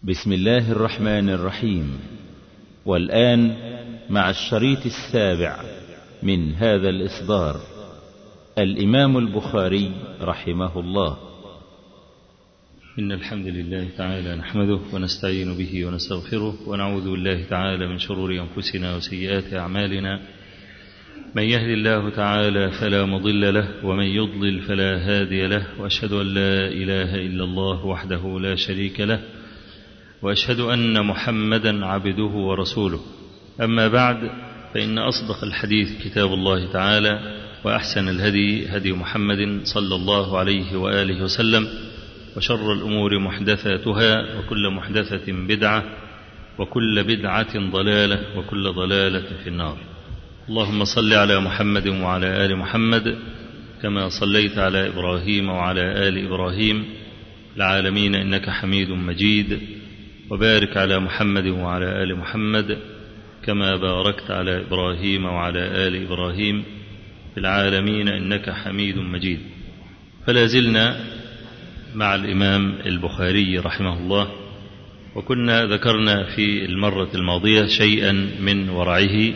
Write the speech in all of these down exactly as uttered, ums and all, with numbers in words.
بسم الله الرحمن الرحيم. والآن مع الشريط السابع من هذا الإصدار، الإمام البخاري رحمه الله. إن الحمد لله تعالى نحمده ونستعين به ونستغفره ونعوذ بالله تعالى من شرور أنفسنا وسيئات أعمالنا. من يهد الله تعالى فلا مضل له ومن يضلل فلا هادي له، وأشهد أن لا إله إلا الله وحده لا شريك له، وأشهد أن محمدا عبده ورسوله. أما بعد، فإن أصدق الحديث كتاب الله تعالى، وأحسن الهدي هدي محمد صلى الله عليه وآله وسلم، وشر الأمور محدثاتها، وكل محدثة بدعة، وكل بدعة ضلالة، وكل ضلالة في النار. اللهم صل على محمد وعلى آل محمد كما صليت على إبراهيم وعلى آل إبراهيم العالمين إنك حميد مجيد، وبارك على محمد وعلى آل محمد كما باركت على إبراهيم وعلى آل إبراهيم في العالمين إنك حميد مجيد. فلا زلنا مع الإمام البخاري رحمه الله، وكنا ذكرنا في المرة الماضية شيئا من ورعه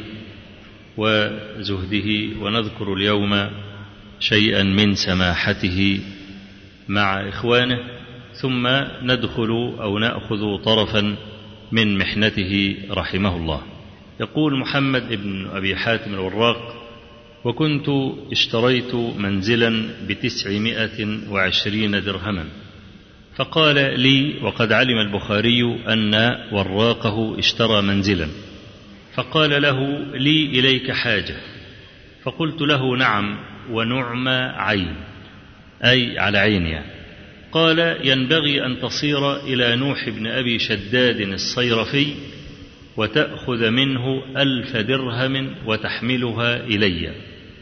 وزهده، ونذكر اليوم شيئا من سماحته مع إخوانه، ثم ندخل أو نأخذ طرفا من محنته رحمه الله. يقول محمد بن أبي حاتم الوراق: وكنت اشتريت منزلا بتسعمائة وعشرين درهما، فقال لي، وقد علم البخاري أن وراقه اشترى منزلا، فقال له: لي إليك حاجة. فقلت له: نعم ونعم عين، أي على عين يعني. قال: ينبغي أن تصير إلى نوح بن أبي شداد الصيرفي وتأخذ منه ألف درهم وتحملها إلي.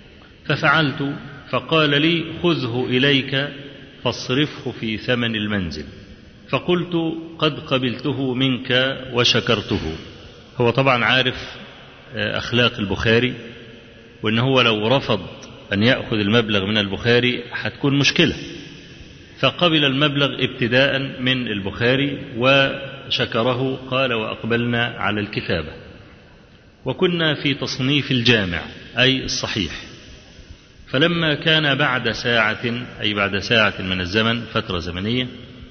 ففعلت، فقال لي: خذه إليك فاصرفه في ثمن المنزل. فقلت: قد قبلته منك وشكرته. هو طبعا عارف أخلاق البخاري، وأنه هو لو رفض أن يأخذ المبلغ من البخاري هتكون مشكلة، فقبل المبلغ ابتداء من البخاري وشكره. قال: وأقبلنا على الكتابة، وكنا في تصنيف الجامع أي الصحيح. فلما كان بعد ساعة، أي بعد ساعة من الزمن، فترة زمنية،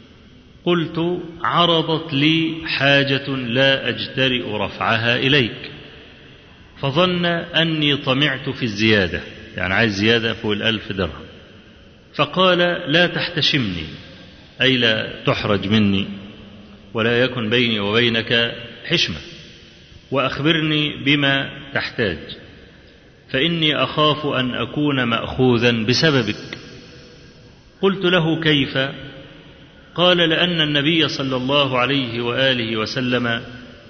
قلت: عرضت لي حاجة لا أجترئ رفعها إليك، فظن أني طمعت في الزيادة، يعني عايز زيادة فوق الألف درهم. فقال: لا تحتشمني، أي لا تحرج مني، ولا يكن بيني وبينك حشمة، وأخبرني بما تحتاج، فإني أخاف أن أكون مأخوذا بسببك. قلت له: كيف؟ قال: لأن النبي صلى الله عليه وآله وسلم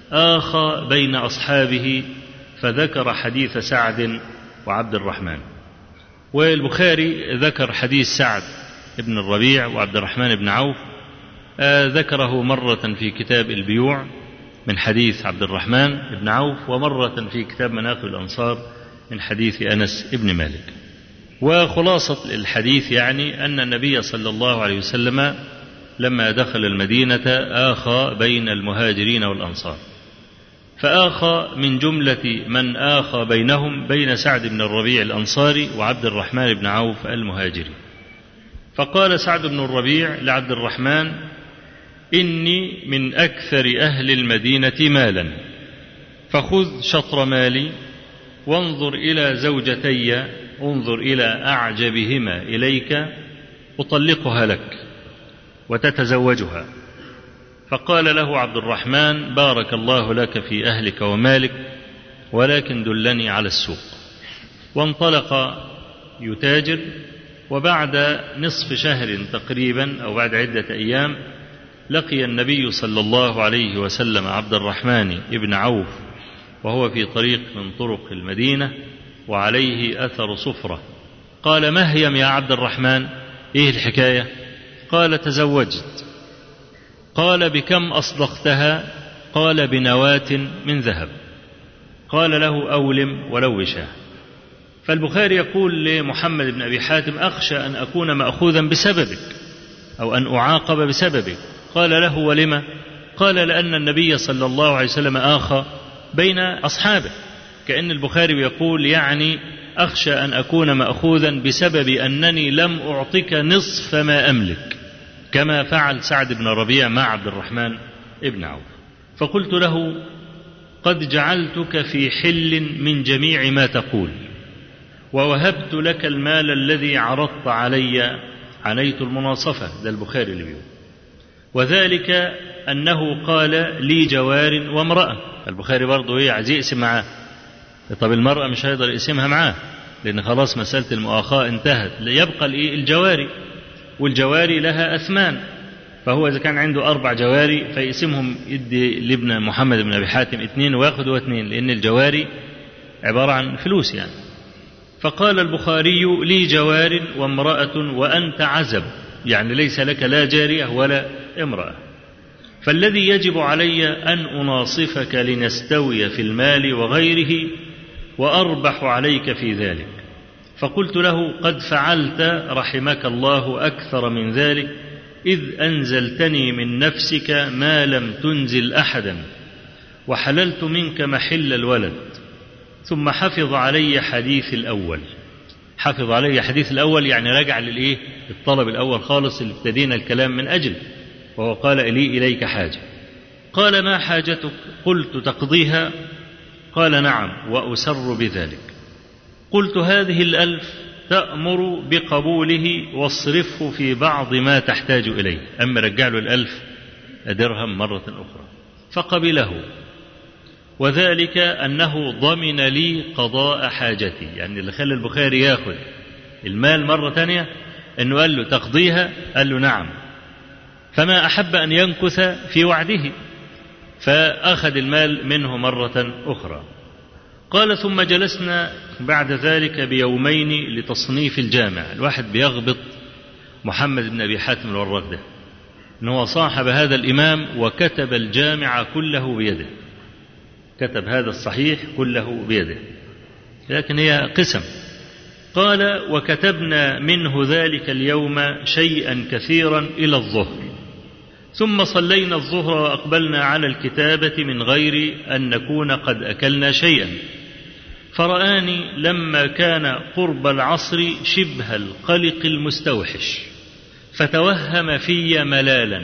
آخى بين أصحابه، فذكر حديث سعد وعبد الرحمن. والبخاري ذكر حديث سعد بن الربيع وعبد الرحمن بن عوف، آه ذكره مرة في كتاب البيوع من حديث عبد الرحمن بن عوف، ومرة في كتاب مناقب الأنصار من حديث أنس بن مالك. وخلاصة الحديث يعني أن النبي صلى الله عليه وسلم لما دخل المدينة آخى بين المهاجرين والأنصار، فآخى من جملة من آخى بينهم بين سعد بن الربيع الأنصاري وعبد الرحمن بن عوف المهاجري. فقال سعد بن الربيع لعبد الرحمن: إني من أكثر أهل المدينة مالا، فخذ شطر مالي، وانظر إلى زوجتي، انظر إلى أعجبهما إليك، أطلقها لك وتتزوجها. فقال له عبد الرحمن: بارك الله لك في أهلك ومالك، ولكن دلني على السوق. وانطلق يتاجر، وبعد نصف شهر تقريبا أو بعد عدة أيام لقي النبي صلى الله عليه وسلم عبد الرحمن ابن عوف وهو في طريق من طرق المدينة وعليه أثر صفرة. قال: مهيم يا عبد الرحمن، إيه الحكاية؟ قال: تزوجت. قال: بكم أصدقتها؟ قال: بنواة من ذهب. قال له: أولم ولو وشاه. فالبخاري يقول لمحمد بن أبي حاتم: أخشى أن أكون مأخوذا بسببك، أو أن أعاقب بسببك. قال له: ولما؟ قال لأن النبي صلى الله عليه وسلم آخى بين أصحابه، كأن البخاري يقول يعني أخشى أن أكون مأخوذا بسبب أنني لم أعطك نصف ما أملك، كما فعل سعد بن ربيع مع عبد الرحمن ابن عوف. فقلت له قد جعلتك في حل من جميع ما تقول، ووهبت لك المال الذي عرضت علي، عنيت المناصفة، ده البخاري اللي بيقول، وذلك أنه قال لي جوار وامرأة. البخاري برضه ايه عايز يقسم معاه، طب المرأة مش هيقدر يقسمها معاه لأن خلاص مسألة المؤاخاة انتهت، يبقى الجواري، والجواري لها أثمان، فهو إذا كان عنده أربع جواري فيقسمهم يدي لابن محمد بن أبي حاتم اثنين ويأخذ اثنين، لأن الجواري عبارة عن فلوس يعني. فقال البخاري لي جوار وامرأة وأنت عزب، يعني ليس لك لا جارية ولا امرأة، فالذي يجب علي أن أناصفك لنستوي في المال وغيره وأربح عليك في ذلك. فقلت له قد فعلت رحمك الله أكثر من ذلك، إذ أنزلتني من نفسك ما لم تنزل أحدا، وحللت منك محل الولد. ثم حفظ علي حديث الأول، حفظ علي حديث الأول يعني رجع للإيه الطلب الأول خالص اللي ابتدينا الكلام من أجل، وهو قال لي إليك حاجة. قال ما حاجتك؟ قلت تقضيها. قال نعم وأسر بذلك. قلت هذه الألف تأمر بقبوله واصرفه في بعض ما تحتاج إليه، أما رجع له الألف درهم مرة أخرى. فقبله، وذلك أنه ضمن لي قضاء حاجتي، يعني اللي خلى البخاري ياخذ المال مرة تانية أنه قال له تقضيها، قال له نعم، فما أحب أن ينكث في وعده فأخذ المال منه مرة أخرى. قال ثم جلسنا بعد ذلك بيومين لتصنيف الجامع. الواحد بيغبط محمد بن أبي حاتم الوراق ده أنه صاحب هذا الإمام وكتب الجامع كله بيده، كتب هذا الصحيح كله بيده، لكن هي قسم. قال وكتبنا منه ذلك اليوم شيئا كثيرا إلى الظهر، ثم صلينا الظهر وأقبلنا على الكتابة من غير أن نكون قد أكلنا شيئا. فرآني لما كان قرب العصر شبه القلق المستوحش، فتوهم في ملالا،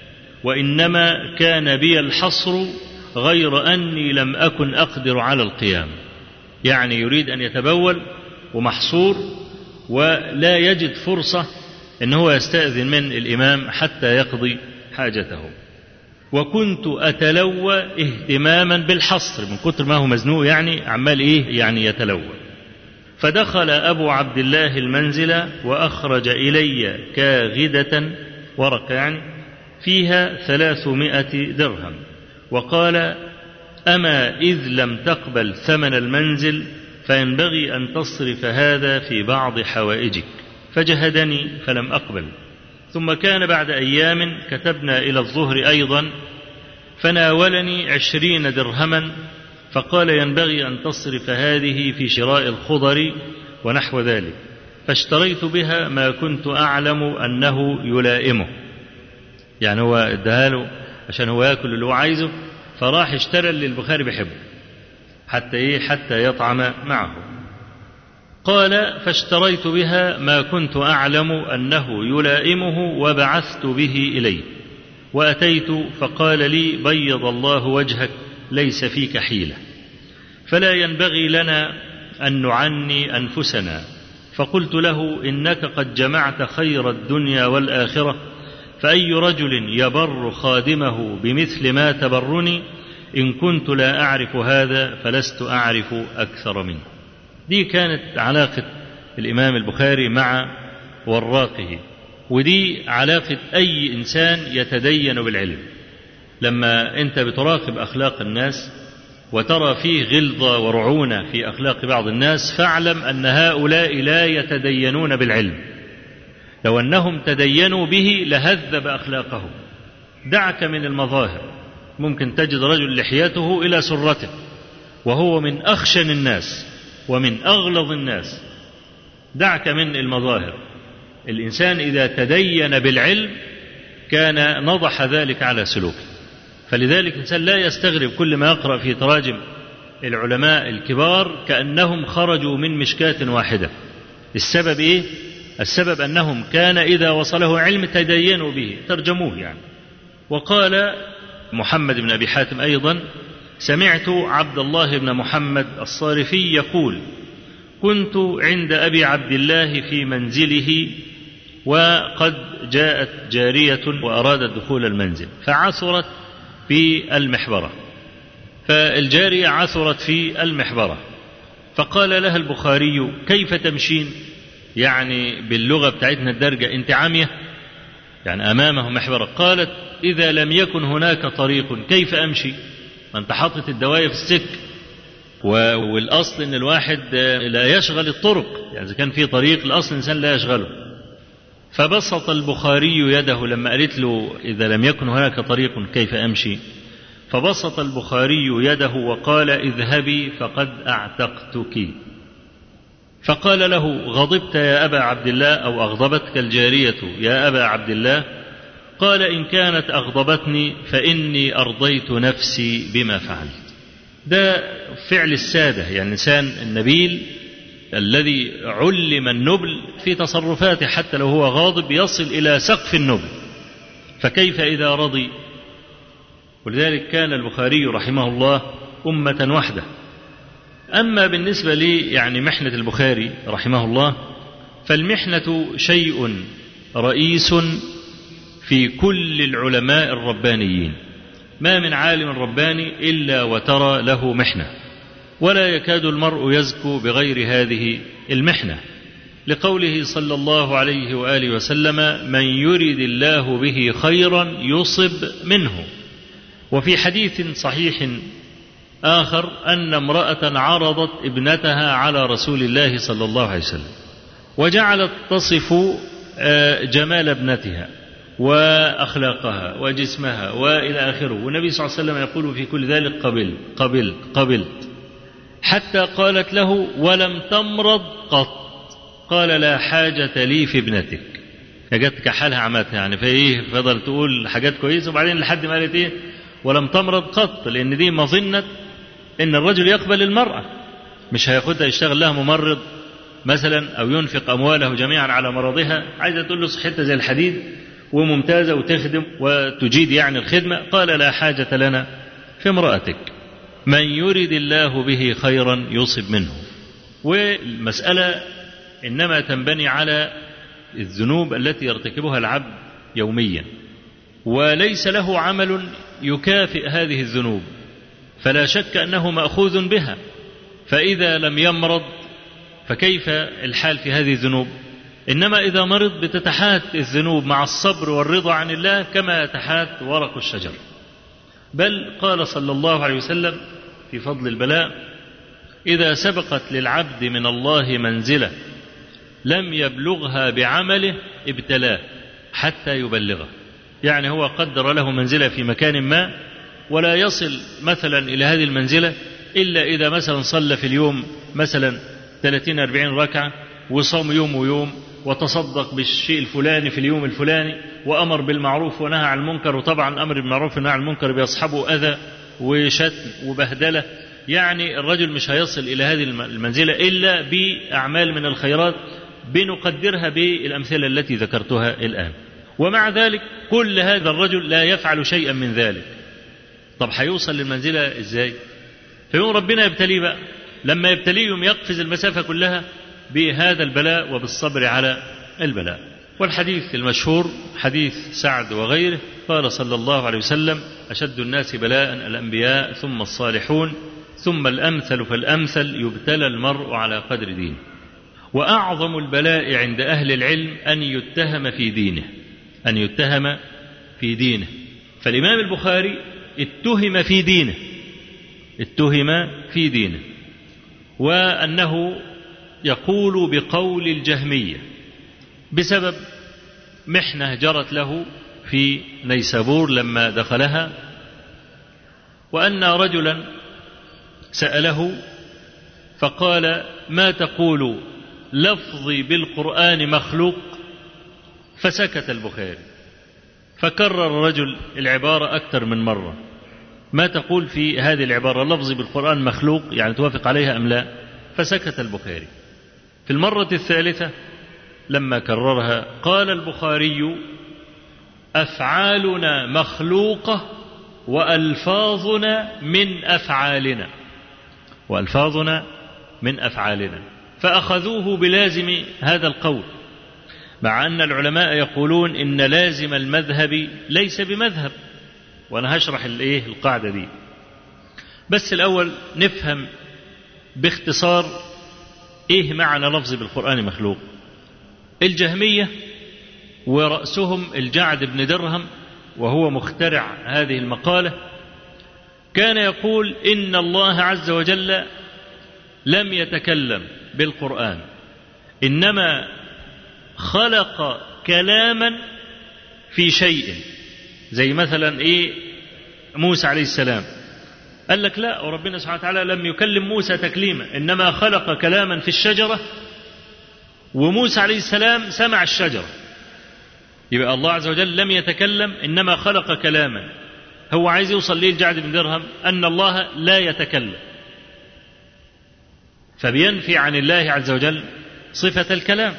وإنما كان بي الحصر غير أني لم أكن أقدر على القيام، يعني يريد أن يتبول ومحصور ولا يجد فرصة أن هو يستأذن من الإمام حتى يقضي حاجته. وكنت أتلوى اهتماما بالحصر، من كتر ما هو مزنوق يعني عمال إيه يعني يتلوى. فدخل أبو عبد الله المنزل وأخرج إلي كاغدة، ورقة يعني فيها ثلاثمائة درهم، وقال أما إذ لم تقبل ثمن المنزل فينبغي أن تصرف هذا في بعض حوائجك. فجهدني فلم أقبل. ثم كان بعد أيام كتبنا إلى الظهر أيضا، فناولني عشرين درهما فقال ينبغي أن تصرف هذه في شراء الخضر ونحو ذلك، فاشتريت بها ما كنت أعلم أنه يلائمه، يعني هو ادهاله عشان هو يأكل اللي هو عايزه، فراح اشترى اللي البخاري بيحبه حتى إيه حتى يطعم معه. قال فاشتريت بها ما كنت أعلم أنه يلائمه وبعثت به إليه، وأتيت فقال لي بيض الله وجهك ليس فيك حيلة، فلا ينبغي لنا أن نعني أنفسنا. فقلت له إنك قد جمعت خير الدنيا والآخرة، فأي رجل يبر خادمه بمثل ما تبرني؟ إن كنت لا أعرف هذا فلست أعرف أكثر منه. دي كانت علاقة الإمام البخاري مع وراقه، ودي علاقة أي إنسان يتدين بالعلم. لما أنت بتراقب أخلاق الناس وترى فيه غلظة ورعونة في أخلاق بعض الناس، فاعلم أن هؤلاء لا يتدينون بالعلم، لو أنهم تدينوا به لهذب أخلاقهم. دعك من المظاهر، ممكن تجد رجل لحيته إلى سرته وهو من أخشن الناس ومن أغلظ الناس. دعك من المظاهر، الإنسان إذا تدين بالعلم كان نضح ذلك على سلوكه. فلذلك الإنسان لا يستغرب كل ما يقرأ في تراجم العلماء الكبار كأنهم خرجوا من مشكاة واحدة. السبب إيه؟ السبب أنهم كان إذا وصله علم تدينوا به، ترجموه يعني. وقال محمد بن أبي حاتم أيضا: سمعت عبد الله بن محمد الصارفي يقول: كنت عند أبي عبد الله في منزله وقد جاءت جارية وأرادت دخول المنزل فعثرت في المحبرة، فالجارية عثرت في المحبرة، فقال لها البخاري: كيف تمشين؟ يعني باللغة بتاعتنا الدرجة: أنت عامية؟ يعني أمامه محبرة. قالت: إذا لم يكن هناك طريق كيف أمشي؟ ما أنت حاطط الدواية في السك، والأصل أن الواحد لا يشغل الطرق، يعني إذا كان في طريق الأصل الإنسان لا يشغله. فبسط البخاري يده لما قالت له: إذا لم يكن هناك طريق كيف أمشي؟ فبسط البخاري يده وقال: اذهبي فقد أعتقتك. فقال له: غضبت يا أبا عبد الله، أو أغضبتك الجارية يا أبا عبد الله؟ قال: إن كانت أغضبتني فإني أرضيت نفسي بما فعلت. ده فعل السادة، يعني الإنسان النبيل الذي علم النبل في تصرفاته حتى لو هو غاضب يصل إلى سقف النبل، فكيف إذا رضي؟ ولذلك كان البخاري رحمه الله أمة وحده. أما بالنسبة لي يعني محنة البخاري رحمه الله، فالمحنة شيء رئيس في كل العلماء الربانيين، ما من عالم رباني إلا وترى له محنة، ولا يكاد المرء يزكو بغير هذه المحنة، لقوله صلى الله عليه وآله وسلم: من يرد الله به خيرا يصب منه. وفي حديث صحيح آخر أن امرأة عرضت ابنتها على رسول الله صلى الله عليه وسلم، وجعلت تصف جمال ابنتها وأخلاقها وجسمها وإلى آخره، والنبي صلى الله عليه وسلم يقول في كل ذلك: قبل قبل قبلت، حتى قالت له: ولم تمرض قط؟ قال: لا حاجة لي في ابنتك. جت كحالها عمتها يعني، فإيه فضل تقول حاجات كويسة، وبعدين لحد ما قالت إيه: ولم تمرض قط، لأن دي مظنة إن الرجل يقبل المرأة، مش هياخدها يشتغل لها ممرض مثلا أو ينفق أمواله جميعا على مرضها، عايزة تقول له صحتها زي الحديد وممتازة وتخدم وتجيد يعني الخدمة. قال: لا حاجة لنا في امرأتك، من يرد الله به خيرا يصب منه. والمسألة إنما تنبني على الذنوب التي يرتكبها العبد يوميا، وليس له عمل يكافئ هذه الذنوب، فلا شك أنه مأخوذ بها. فإذا لم يمرض فكيف الحال في هذه الذنوب؟ إنما إذا مرض بتتحات الذنوب مع الصبر والرضا عن الله كما يتحات ورق الشجر. بل قال صلى الله عليه وسلم في فضل البلاء: إذا سبقت للعبد من الله منزلة لم يبلغها بعمله ابتلاه حتى يبلغه. يعني هو قدر له منزلة في مكان ما، ولا يصل مثلا إلى هذه المنزلة إلا إذا مثلا صلى في اليوم مثلا ثلاثين أربعين ركعة، وصام يوم ويوم، وتصدق بالشيء الفلاني في اليوم الفلاني، وأمر بالمعروف ونهى عن المنكر. وطبعا أمر بالمعروف ونهى عن المنكر بيصحبه أذى وشتم وبهدلة. يعني الرجل مش هيصل إلى هذه المنزلة إلا بأعمال من الخيرات بنقدرها بالأمثلة التي ذكرتها الآن. ومع ذلك كل هذا الرجل لا يفعل شيئا من ذلك. طب هيوصل للمنزلة إزاي؟ فيوم ربنا يبتليه بقى، لما يبتليهم يقفز المسافة كلها بهذا البلاء وبالصبر على البلاء. والحديث المشهور حديث سعد وغيره، قال صلى الله عليه وسلم: أشد الناس بلاء الأنبياء ثم الصالحون ثم الأمثل فالأمثل يبتلى المرء على قدر دينه. وأعظم البلاء عند أهل العلم أن يتهم في دينه، أن يتهم في دينه. فالإمام البخاري اتهم في دينه، اتهم في دينه، وأنه يقول بقول الجهمية بسبب محنة جرت له في نيسابور لما دخلها، وأن رجلا سأله فقال: ما تقول لفظي بالقرآن مخلوق؟ فسكت البخاري، فكرر الرجل العبارة أكثر من مرة، ما تقول في هذه العبارة اللفظ بالقرآن مخلوق، يعني توافق عليها أم لا؟ فسكت البخاري. في المرة الثالثة لما كررها قال البخاري: أفعالنا مخلوقة وألفاظنا من أفعالنا، وألفاظنا من أفعالنا. فأخذوه بلازم هذا القول، مع أن العلماء يقولون إن لازم المذهب ليس بمذهب، وأنا هشرح الإيه القاعدة دي. بس الأول نفهم باختصار إيه معنى لفظ بالقرآن مخلوق. الجهمية ورأسهم الجعد بن درهم، وهو مخترع هذه المقالة، كان يقول إن الله عز وجل لم يتكلم بالقرآن، إنما خلق كلاما في شيء، زي مثلا إيه موسى عليه السلام. قال لك لا، وربنا سبحانه وتعالى لم يكلم موسى تكليما، إنما خلق كلاما في الشجرة، وموسى عليه السلام سمع الشجرة. يبقى الله عز وجل لم يتكلم، إنما خلق كلاما. هو عايز يوصل ليه الجعد بن درهم؟ أن الله لا يتكلم، فبينفي عن الله عز وجل صفة الكلام.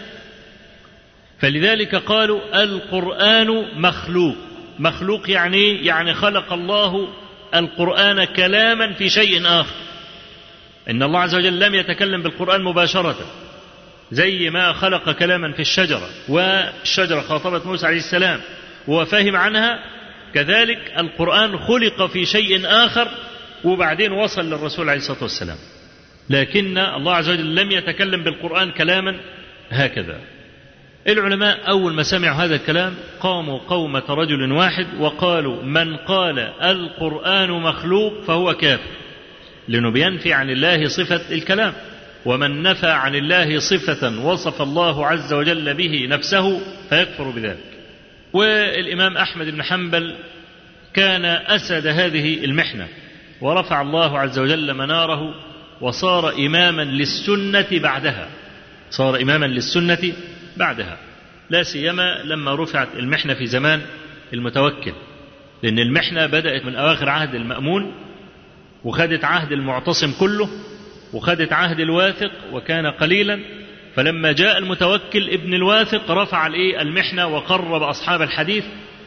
فلذلك قالوا القرآن مخلوق. مخلوق يعني يعني خلق الله القرآن كلاما في شيء آخر. إن الله عز وجل لم يتكلم بالقرآن مباشرة، زي ما خلق كلاما في الشجرة، والشجرة خاطبت موسى عليه السلام وفهم عنها، كذلك القرآن خلق في شيء آخر وبعدين وصل للرسول عليه الصلاة والسلام. لكن الله عز وجل لم يتكلم بالقرآن كلاما هكذا. العلماء أول ما سمعوا هذا الكلام قاموا قومة رجل واحد وقالوا: من قال القرآن مخلوق فهو كافر، لأنه بينفي عن الله صفة الكلام، ومن نفى عن الله صفة وصف الله عز وجل به نفسه فيكفر بذلك. والإمام أحمد بن حنبل كان أسد هذه المحنة، ورفع الله عز وجل مناره وصار إماما للسنة بعدها، صار إماما للسنة بعدها، لا سيما لما رفعت المحنة في زمان المتوكل، لأن المحنة بدأت من أواخر عهد المأمون، وخدت عهد المعتصم كله، وخدت عهد الواثق وكان قليلا. فلما جاء المتوكل ابن الواثق رفع المحنة وقرب أصحاب الحديث،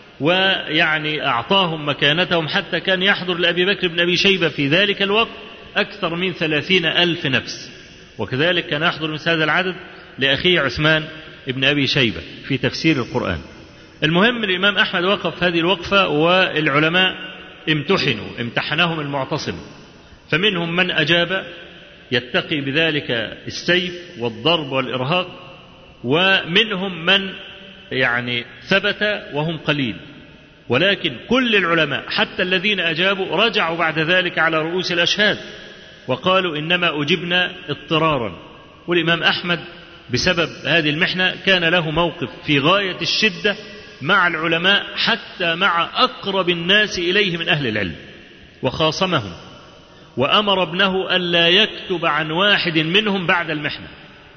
ويعني أعطاهم مكانتهم، حتى كان يحضر لأبي بكر بن أبي شيبة في ذلك الوقت أكثر من ثلاثين ألف نفس، وكذلك كان يحضر مثل هذا العدد لأخيه عثمان ابن أبي شيبة في تفسير القرآن. المهم الإمام أحمد وقف هذه الوقفة، والعلماء امتحنوا امتحنهم المعتصم، فمنهم من أجاب يتقي بذلك السيف والضرب والإرهاق، ومنهم من يعني ثبت وهم قليل. ولكن كل العلماء حتى الذين أجابوا رجعوا بعد ذلك على رؤوس الأشهاد وقالوا إنما أجبنا اضطرارا. والإمام أحمد بسبب هذه المحنة كان له موقف في غاية الشدة مع العلماء، حتى مع أقرب الناس إليه من أهل العلم، وخاصمهم، وأمر ابنه ألا يكتب عن واحد منهم بعد المحنة،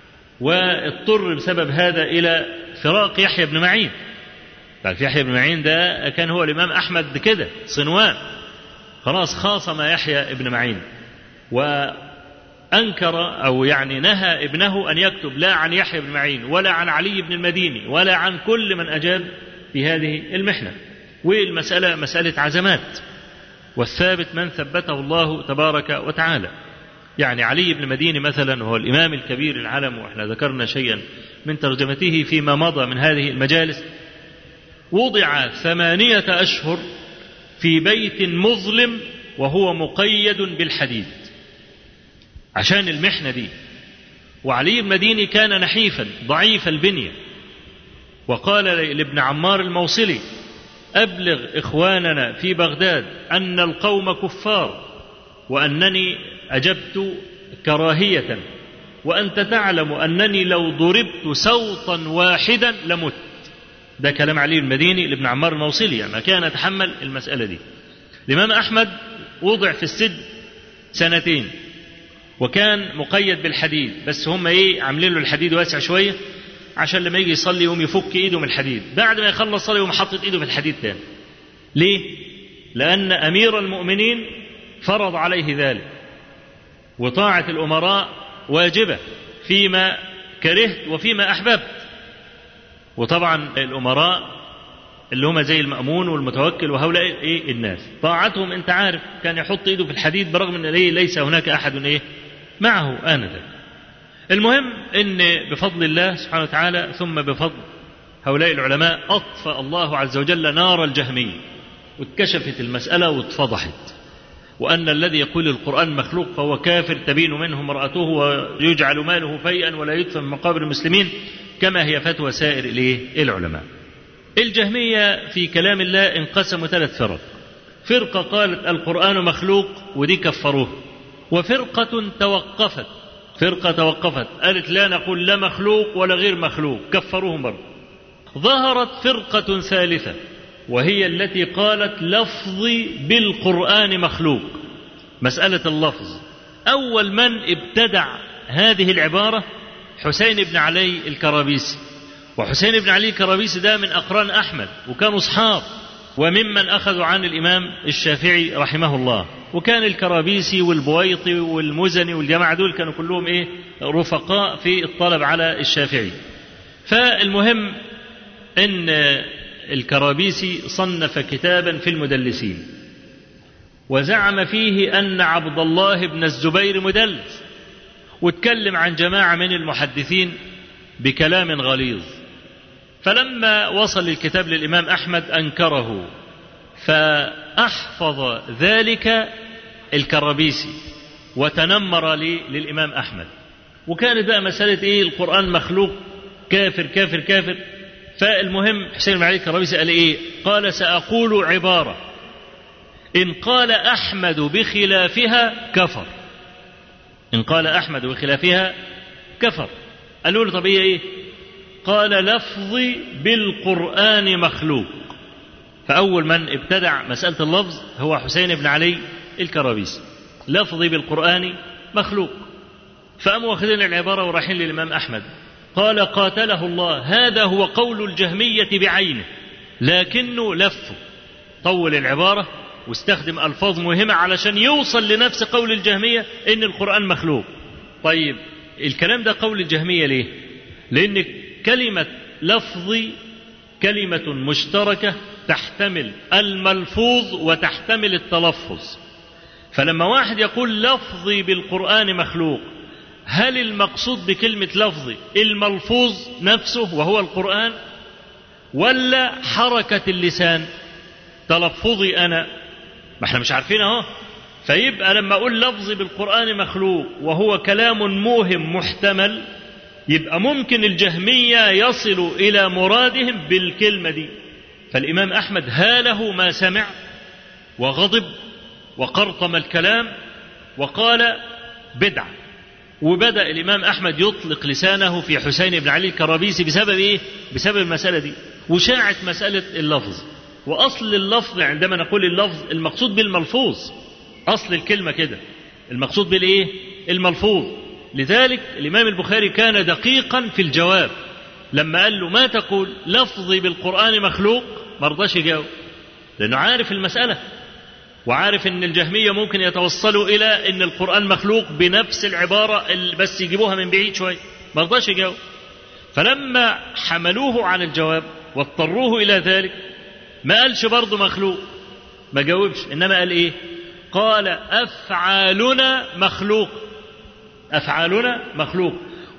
واضطر بسبب هذا إلى فراق يحيى بن معين. في يحيى بن معين ده كان هو الإمام أحمد كده صنوان، خلاص خاصم يحيى بن معين، وأنكر أو يعني نهى ابنه أن يكتب لا عن يحيى بن معين ولا عن علي بن المديني ولا عن كل من أجاب في هذه المحنة. والمسألة مسألة عزمات، والثابت من ثبته الله تبارك وتعالى. يعني علي بن المديني مثلا هو الإمام الكبير العلم، وإحنا ذكرنا شيئا من ترجمته فيما مضى من هذه المجالس. وضع ثمانية أشهر في بيت مظلم وهو مقيد بالحديد عشان المحنة دي. وعلي بن المديني كان نحيفا ضعيف البنية، وقال لابن عمار الموصلي: أبلغ إخواننا في بغداد أن القوم كفار، وأنني أجبت كراهية، وأنت تعلم أنني لو ضربت سوطا واحدا لمت. ده كلام علي المديني لابن عمار الموصلي، يعني كان يتحمل المسألة دي. الإمام أحمد وضع في السجن سنتين، وكان مقيد بالحديد، بس هم إيه عاملين له الحديد واسع شوية عشان لما يجي يصلي يقوم يفك إيده من الحديد، بعد ما يخلص صلي يقوم حاطط إيده في الحديد تاني. ليه؟ لأن أمير المؤمنين فرض عليه ذلك، وطاعة الأمراء واجبة فيما كرهت وفيما أحببت. وطبعا الأمراء اللي هم زي المأمون والمتوكل وهؤلاء إيه الناس طاعتهم أنت عارف كان يحط إيده في الحديد برغم أن ليس هناك أحد إيه معه آنذاك. المهم أن بفضل الله سبحانه وتعالى ثم بفضل هؤلاء العلماء أطفأ الله عز وجل نار الجهمية، واتكشفت المسألة واتفضحت، وأن الذي يقول القرآن مخلوق فهو كافر تبين منه امرأته ويجعل ماله فيئا ولا يدفن من مقابر المسلمين، كما هي فتوى سائر العلماء. الجهمية في كلام الله انقسموا ثلاث فرق. فرقة قالت القرآن مخلوق ودي كفروه، وفرقة توقفت فرقة توقفت قالت لا نقول لا مخلوق ولا غير مخلوق، كفروهم برضه. ظهرت فرقة ثالثة وهي التي قالت لفظي بالقرآن مخلوق، مسألة اللفظ. أول من ابتدع هذه العبارة حسين بن علي الكرابيسي، وحسين بن علي الكرابيسي ده من أقران أحمد وكانوا أصحاب، وممن أخذوا عن الإمام الشافعي رحمه الله. وكان الكرابيسي والبويطي والمزني والجماعة دول كانوا كلهم إيه رفقاء في الطلب على الشافعي. فالمهم أن الكرابيسي صنف كتابا في المدلسين، وزعم فيه أن عبد الله بن الزبير مدلس، واتكلم عن جماعة من المحدثين بكلام غليظ. فلما وصل الكتاب للإمام أحمد أنكره، فأحفظ ذلك الكرابيسي وتنمر للإمام أحمد. وكانت بقى مسألة إيه القرآن مخلوق كافر كافر كافر. فالمهم حسين بن علي الكرابيسي قال إيه؟ قال سأقول عبارة إن قال أحمد بخلافها كفر، إن قال أحمد بخلافها كفر. قالوا له طب هي إيه؟ قال لفظي بالقرآن مخلوق. فأول من ابتدع مسألة اللفظ هو حسين بن علي الكرابيسي، لفظي بالقرآن مخلوق. فأموا واخذين العبارة ورايحين للإمام أحمد، قال قاتله الله هذا هو قول الجهمية بعينه، لكنه لفه طول العبارة واستخدم ألفاظ مهمة علشان يوصل لنفس قول الجهمية إن القرآن مخلوق. طيب الكلام ده قول الجهمية ليه؟ لأن كلمة لفظي كلمة مشتركة تحتمل الملفوظ وتحتمل التلفظ. فلما واحد يقول لفظي بالقرآن مخلوق، هل المقصود بكلمة لفظي الملفوظ نفسه وهو القرآن، ولا حركة اللسان تلفظي أنا؟ ما احنا مش عارفين اهو. فيبقى لما أقول لفظي بالقرآن مخلوق وهو كلام موهم محتمل، يبقى ممكن الجهمية يصل إلى مرادهم بالكلمة دي. فالإمام أحمد هاله ما سمع وغضب وقرطم الكلام وقال بدعة. وبدأ الإمام أحمد يطلق لسانه في حسين بن علي الكرابيسي بسبب إيه؟ بسبب المسألة دي. وشاعت مسألة اللفظ. وأصل اللفظ عندما نقول اللفظ المقصود بالملفوظ، أصل الكلمة كده المقصود بالإيه؟ الملفوظ. لذلك الإمام البخاري كان دقيقا في الجواب، لما قال له ما تقول لفظي بالقرآن مخلوق ما رضاش يجاوب، لأنه عارف المسألة وعارف ان الجهمية ممكن يتوصلوا الى ان القرآن مخلوق بنفس العبارة اللي بس يجيبوها من بعيد شوية، ما رضاش يجاوب. فلما حملوه عن الجواب واضطروه الى ذلك ما قالش برضه مخلوق، ما جاوبش، انما قال ايه؟ قال افعالنا مخلوق، افعالنا مخلوق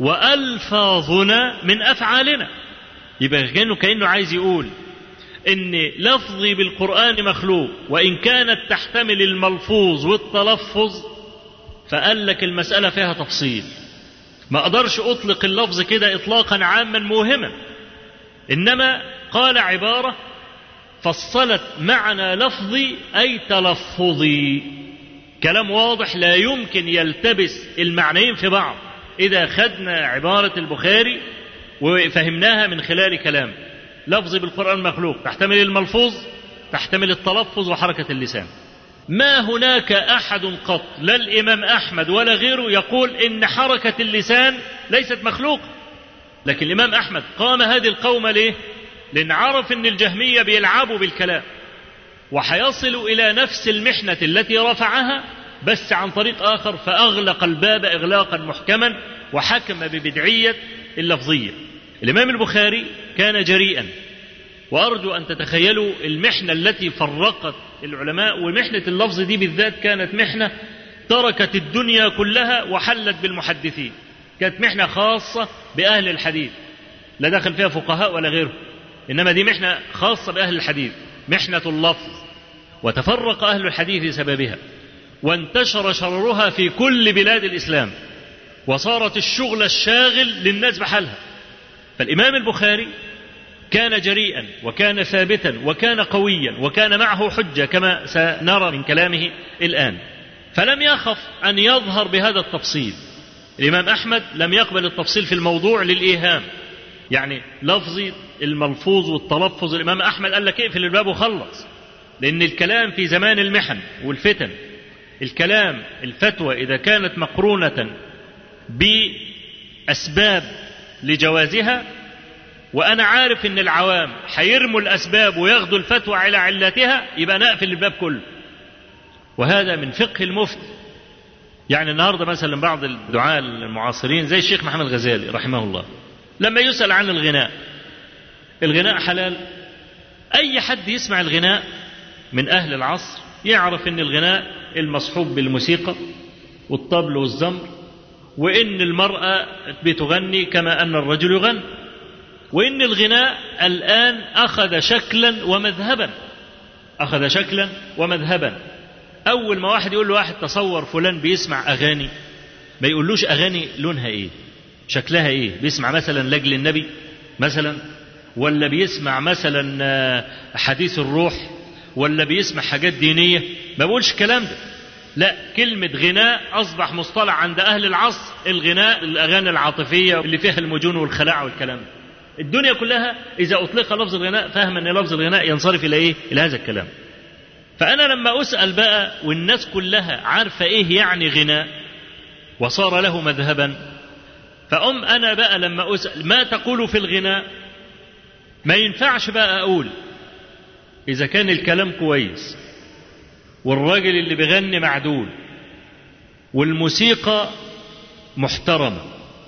والفاظنا من افعالنا. يبقى كأنه كأنه عايز يقول إن لفظي بالقرآن مخلوق وإن كانت تحتمل الملفوظ والتلفظ، فقال لك المسألة فيها تفصيل، ما أقدرش أطلق اللفظ كده إطلاقا عاما موهما، إنما قال عبارة فصلت معنى لفظي أي تلفظي. كلام واضح لا يمكن يلتبس المعنيين في بعض إذا خدنا عبارة البخاري وفهمناها من خلال كلام. لفظي بالقرآن مخلوق تحتمل الملفوظ، تحتمل التلفظ وحركة اللسان. ما هناك أحد قط لا الإمام أحمد ولا غيره يقول إن حركة اللسان ليست مخلوق. لكن الإمام أحمد قام هذه القومة ليه؟ لأن عرف إن الجهمية بيلعبوا بالكلام، وحيصل إلى نفس المحنة التي رفعها بس عن طريق آخر، فأغلق الباب إغلاقا محكما وحكم ببدعية اللفظية. الإمام البخاري كان جريئا، وأرجو أن تتخيلوا المحنة التي فرقت العلماء، ومحنة اللفظ دي بالذات كانت محنة تركت الدنيا كلها وحلت بالمحدثين، كانت محنة خاصة بأهل الحديث لا دخل فيها فقهاء ولا غيره، إنما دي محنة خاصة بأهل الحديث، محنة اللفظ، وتفرق أهل الحديث بسببها، وانتشر شررها في كل بلاد الإسلام، وصارت الشغل الشاغل للناس بحالها. فالإمام البخاري كان جريئا وكان ثابتا وكان قويا وكان معه حجة كما سنرى من كلامه الآن، فلم يخف أن يظهر بهذا التفصيل. الإمام أحمد لم يقبل التفصيل في الموضوع للإيهام، يعني لفظي الملفوظ والتلفظ، الإمام أحمد قال لك اقفل الباب وخلص، لأن الكلام في زمان المحن والفتن، الكلام الفتوى إذا كانت مقرونة بأسباب لجوازها، وأنا عارف أن العوام حيرموا الأسباب وياخدوا الفتوى على علتها، يبقى نقفل الباب كله. وهذا من فقه المفتي. يعني النهاردة مثلا بعض الدعاة المعاصرين زي الشيخ محمد غزالي رحمه الله لما يسأل عن الغناء، الغناء حلال، أي حد يسمع الغناء من أهل العصر يعرف أن الغناء المصحوب بالموسيقى والطبل والزمر، وإن المرأة بتغني كما أن الرجل يغني، وإن الغناء الآن أخذ شكلا ومذهبا، أخذ شكلا ومذهبا. أول ما واحد يقول له واحد تصور فلان بيسمع أغاني، ما يقولوش أغاني لونها إيه، شكلها إيه، بيسمع مثلا لأجل النبي مثلا، ولا بيسمع مثلا حديث الروح، ولا بيسمع حاجات دينية، ما بقولش الكلام ده. لا، كلمة غناء أصبح مصطلح عند أهل العصر، الغناء الأغاني العاطفية اللي فيها المجون والخلاع والكلام ده. الدنيا كلها إذا أطلق لفظ الغناء فهم أن لفظ الغناء ينصرف إلى إيه؟ إلى هذا الكلام. فأنا لما أسأل بقى والناس كلها عارفة إيه يعني غناء وصار له مذهبا، فأم أنا بقى لما أسأل ما تقول في الغناء، ما ينفعش بقى أقول إذا كان الكلام كويس والراجل اللي بيغني معدول والموسيقى محترمة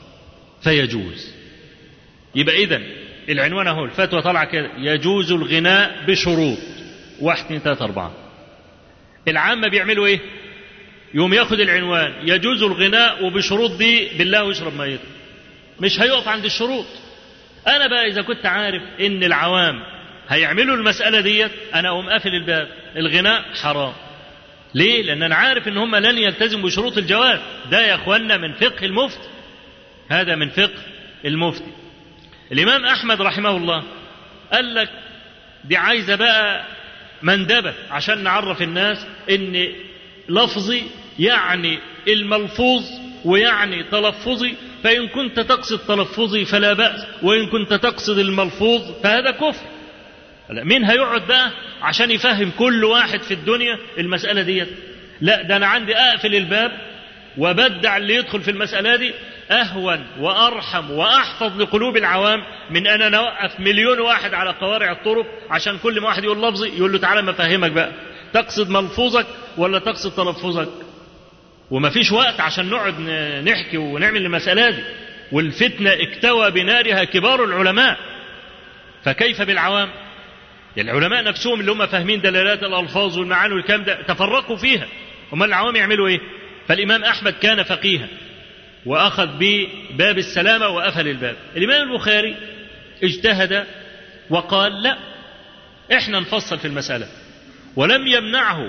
فيجوز. يبقى إذن العنوان اهو، الفتوى طالعة كده، يجوز الغناء بشروط واحد اثنين ثلاثة أربعة. العامة بيعملوا إيه؟ يوم ياخد العنوان يجوز الغناء وبشروط دي بالله ويشرب ميته، مش هيقف عند الشروط. أنا بقى إذا كنت عارف إن العوام هيعملوا المسألة ديت، أنا أقوم قافل الباب، الغناء حرام. ليه؟ لأن أنا عارف إن هم لن يلتزموا بشروط الجواز. ده يا أخوانا من فقه المفتي، هذا من فقه المفتي. الإمام أحمد رحمه الله قال لك دي عايزة بقى مندبة عشان نعرف الناس إن لفظي يعني الملفوظ ويعني تلفظي، فإن كنت تقصد تلفظي فلا بأس، وإن كنت تقصد الملفوظ فهذا كفر. مين هيقعد بقى عشان يفهم كل واحد في الدنيا المسألة دي؟ لا، ده أنا عندي أقفل الباب وبدع اللي يدخل في المسألة دي أهون وأرحم وأحفظ لقلوب العوام من أن أنا أوقف مليون واحد على قوارع الطرق عشان كل ما واحد يقول لفظي يقول له تعالى ما فهمك بقى، تقصد ملفوظك ولا تقصد تلفظك؟ وما فيش وقت عشان نقعد نحكي ونعمل المسألة دي، والفتنة اكتوى بنارها كبار العلماء، فكيف بالعوام؟ العلماء نفسهم اللي هم فاهمين دلالات الألفاظ والمعاني والكلام ده تفرقوا فيها، وما العوام يعملوا إيه؟ فالإمام أحمد كان فقيها وأخذ بباب السلامة وأفل الباب. الإمام البخاري اجتهد وقال لا، إحنا نفصل في المسألة، ولم يمنعه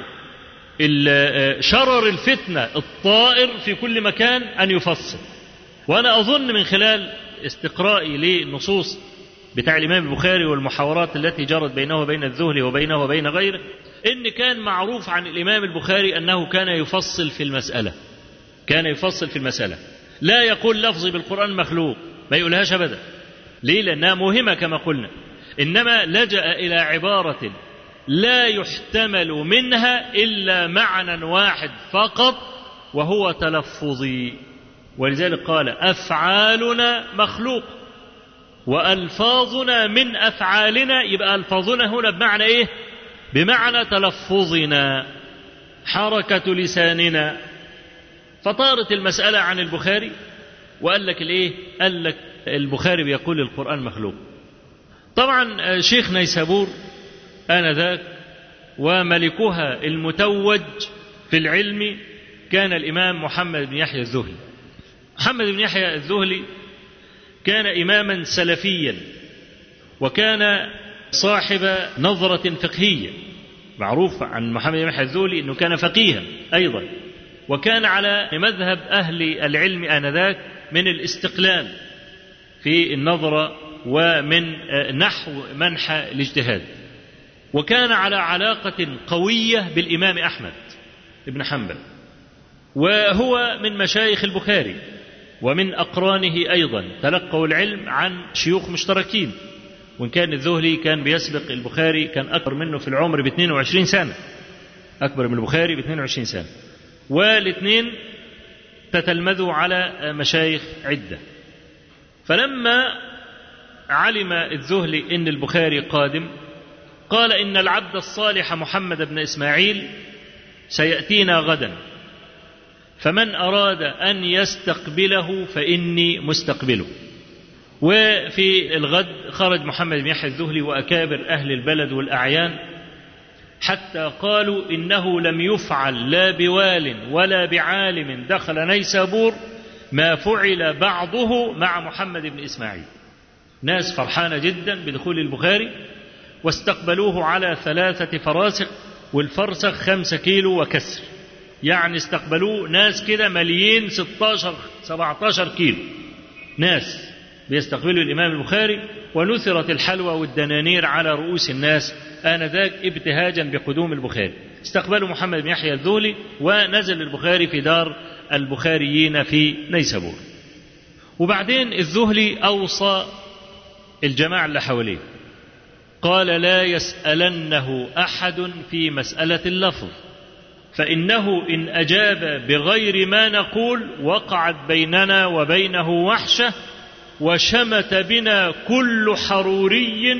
شرر الفتنة الطائر في كل مكان أن يفصل. وأنا أظن من خلال استقرائي للنصوص بتاع الإمام البخاري والمحاورات التي جرت بينه وبين الذهلي وبينه وبين غيره، إن كان معروف عن الإمام البخاري أنه كان يفصل في المسألة، كان يفصل في المسألة، لا يقول لفظي بالقرآن مخلوق، ما يقولهاش أبدا. ليه؟ لأنها مهمة كما قلنا، إنما لجأ إلى عبارة لا يحتمل منها إلا معنى واحد فقط وهو تلفظي، ولذلك قال أفعالنا مخلوق وألفاظنا من أفعالنا. يبقى ألفاظنا هنا بمعنى إيه؟ بمعنى تلفظنا، حركة لساننا. فطارت المسألة عن البخاري وقال لك الايه؟ قال لك البخاري بيقول القرآن مخلوق. طبعا شيخ نيسابور آنذاك وملكها المتوج في العلم كان الإمام محمد بن يحيى الذهلي. محمد بن يحيى الذهلي كان إماما سلفيا، وكان صاحب نظرة فقهية. معروف عن محمد بن يحيى الذهلي أنه كان فقيها أيضا، وكان على مذهب أهل العلم آنذاك من الاستقلال في النظرة ومن نحو منحى الاجتهاد، وكان على علاقة قوية بالإمام أحمد بن حنبل، وهو من مشايخ البخاري ومن أقرانه أيضا، تلقوا العلم عن شيوخ مشتركين. وإن كان الذهلي كان بيسبق البخاري، كان أكبر منه في العمر ب اثنين وعشرين سنة، أكبر من البخاري ب اثنين وعشرين سنة، والاثنين تتلمذوا على مشايخ عدة. فلما علم الذهلي إن البخاري قادم قال إن العبد الصالح محمد بن إسماعيل سيأتينا غدا، فمن أراد أن يستقبله فإني مستقبله. وفي الغد خرج محمد بن يحيى الذهلي وأكابر أهل البلد والأعيان، حتى قالوا إنه لم يفعل لا بوال ولا بعالم دخل نيسابور ما فعل بعضه مع محمد بن إسماعيل. ناس فرحانة جدا بدخول البخاري، واستقبلوه على ثلاثة فراسخ، والفرسخ خمسة كيلو وكسر، يعني استقبلوه ناس كده مليين ستاشر سبعتاشر كيلو ناس بيستقبلوا الإمام البخاري، ونثرت الحلوى والدنانير على رؤوس الناس آنذاك ابتهاجا بقدوم البخاري. استقبلوا محمد بن يحيى الذهلي، ونزل البخاري في دار البخاريين في نيسابور. وبعدين الذهلي أوصى الجماعة اللي حواليه، قال لا يسألنه أحد في مسألة اللفظ، فإنه إن أجاب بغير ما نقول وقعت بيننا وبينه وحشة، وشمت بنا كل حروري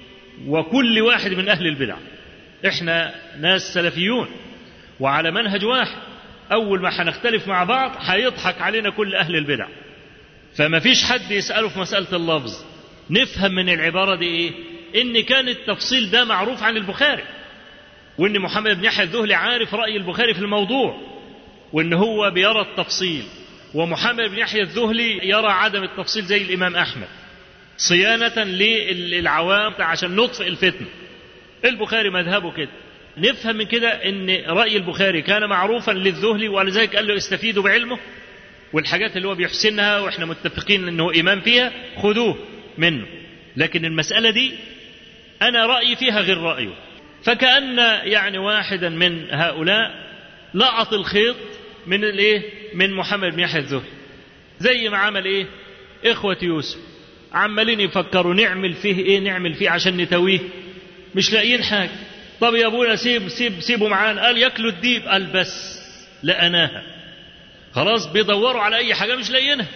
وكل واحد من أهل البدع. إحنا ناس سلفيون وعلى منهج واحد، أول ما حنختلف مع بعض حيضحك علينا كل أهل البدع، فما فيش حد يسأله في مسألة اللفظ. نفهم من العبارة دي إيه؟ إن كان التفصيل ده معروف عن البخاري، وإن محمد بن يحيى الذهلي عارف رأي البخاري في الموضوع، وإن هو بيرى التفصيل، ومحمد بن يحيى الذهلي يرى عدم التفصيل زي الإمام أحمد، صيانة للعوام عشان نطفئ الفتنة. البخاري مذهبه كده. نفهم من كده إن رأي البخاري كان معروفا للذهلي، ولذلك قال له استفيدوا بعلمه، والحاجات اللي هو بيحسنها وإحنا متفقين إنه إمام فيها خذوه منه، لكن المسألة دي أنا رأيي فيها غير رأيه. فكأن يعني واحدا من هؤلاء لقط الخيط من الايه؟ من محمد بن يحيى الذهلي، زي ما عمل ايه اخوة يوسف، عمالين يفكروا نعمل فيه ايه، نعمل فيه عشان نتويه، مش لاقيين حاجة. طب يا ابونا سيب سيب سيبوا معانا، قال ياكلوا الديب، قال بس لقناها. خلاص بيدوروا على اي حاجة مش لاقيينها،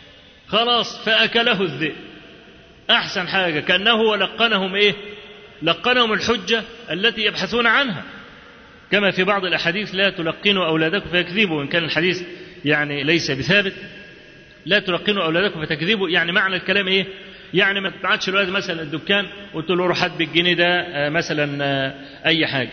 خلاص فاكله الذئب. احسن حاجة كأنه لقنهم ايه؟ لقنهم الحجة التي يبحثون عنها، كما في بعض الأحاديث لا تلقنوا أولادكم فيكذبوا، إن كان الحديث يعني ليس بثابت. لا تلقنوا أولادكم فتكذبوا، يعني معنى الكلام إيه؟ يعني ما تبعتش الولد مثلا الدكان وقلت له روح هات بالجنيه ده مثلا أي حاجة،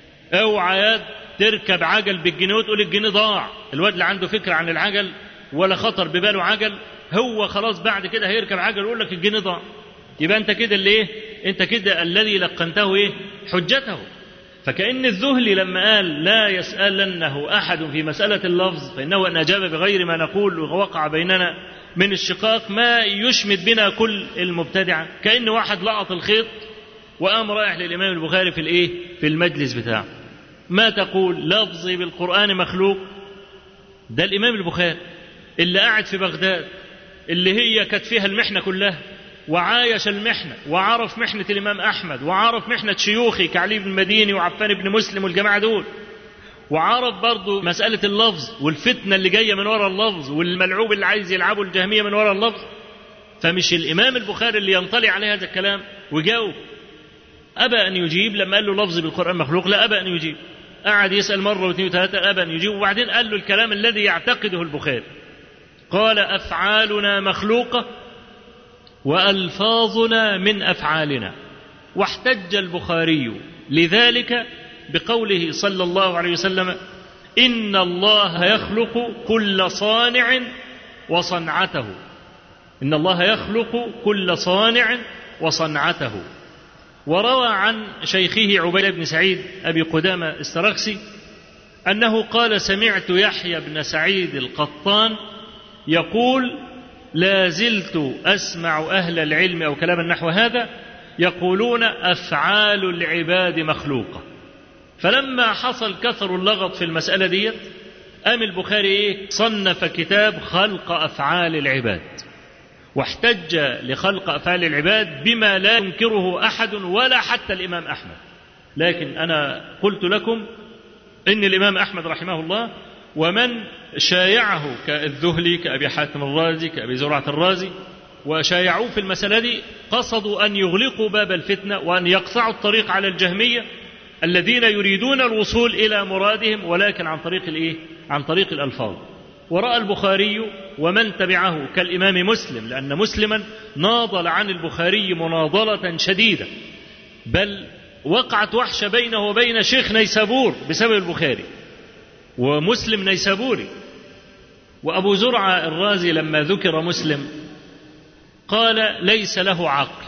اوعى تركب عجل بالجنيه وتقول الجنيه ضاع. الولد اللي عنده فكرة عن العجل ولا خطر بباله عجل، هو خلاص بعد كده هيركب عجل ويقول لك الجنيه ضاع. يبقى أنت كده اللي إيه؟ أنت كده الذي لقنته إيه؟ حجته. فكأن الذهلي لما قال لا يسألنه أحد في مسألة اللفظ فإنه أن أجاب بغير ما نقول ووقع بيننا من الشقاق ما يشمت بنا كل المبتدعة، كأن واحد لقط الخيط وقام رايح للإمام البخاري في الإيه؟ في المجلس بتاعه. ما تقول لفظي بالقرآن مخلوق؟ ده الإمام البخاري اللي قاعد في بغداد، اللي هي كانت فيها المحنة كلها، وعايش المحنة، وعرف محنة الإمام أحمد، وعرف محنة شيوخي كعلي بن المديني وعفان بن مسلم والجماعة دول، وعرف برضو مسألة اللفظ والفتنة اللي جاية من وراء اللفظ، والملعوب اللي عايز يلعبه الجهمية من وراء اللفظ. فمش الإمام البخاري اللي ينطلي عليه هذا الكلام ويجاوب، أبى أن يجيب. لما قال له لفظ بالقرآن مخلوق لا أبى أن يجيب. قعد يسأل مرة واثنين وثلاثة أبى أن يجيب، وبعدين قال له الكلام الذي يعتقده البخاري، قال أفعالنا مخلوقة وألفاظنا من أفعالنا. واحتج البخاري لذلك بقوله صلى الله عليه وسلم إن الله يخلق كل صانع وصنعته، إن الله يخلق كل صانع وصنعته. وروى عن شيخه عبيد بن سعيد أبي قدامة السرخسي أنه قال سمعت يحيى بن سعيد القطان يقول لا زلت أسمع أهل العلم أو كلاما نحو هذا يقولون أفعال العباد مخلوقة. فلما حصل كثر اللغط في المسألة دي قام البخاري إيه؟ صنف كتاب خلق أفعال العباد، واحتج لخلق أفعال العباد بما لا ينكره أحد ولا حتى الإمام أحمد. لكن أنا قلت لكم إن الإمام أحمد رحمه الله ومن شايعه كالذهلي كأبي حاتم الرازي كأبي زرعة الرازي وشايعوه في المسألة دي قصدوا أن يغلقوا باب الفتنة وأن يقطعوا الطريق على الجهمية الذين يريدون الوصول إلى مرادهم ولكن عن طريق الإيه؟ عن طريق الألفاظ. ورأى البخاري ومن تبعه كالإمام مسلم، لأن مسلما ناضل عن البخاري مناضلة شديدة، بل وقعت وحشة بينه وبين شيخ نيسابور بسبب البخاري، ومسلم نيسابوري. وأبو زرعة الرازي لما ذكر مسلم قال ليس له عقل،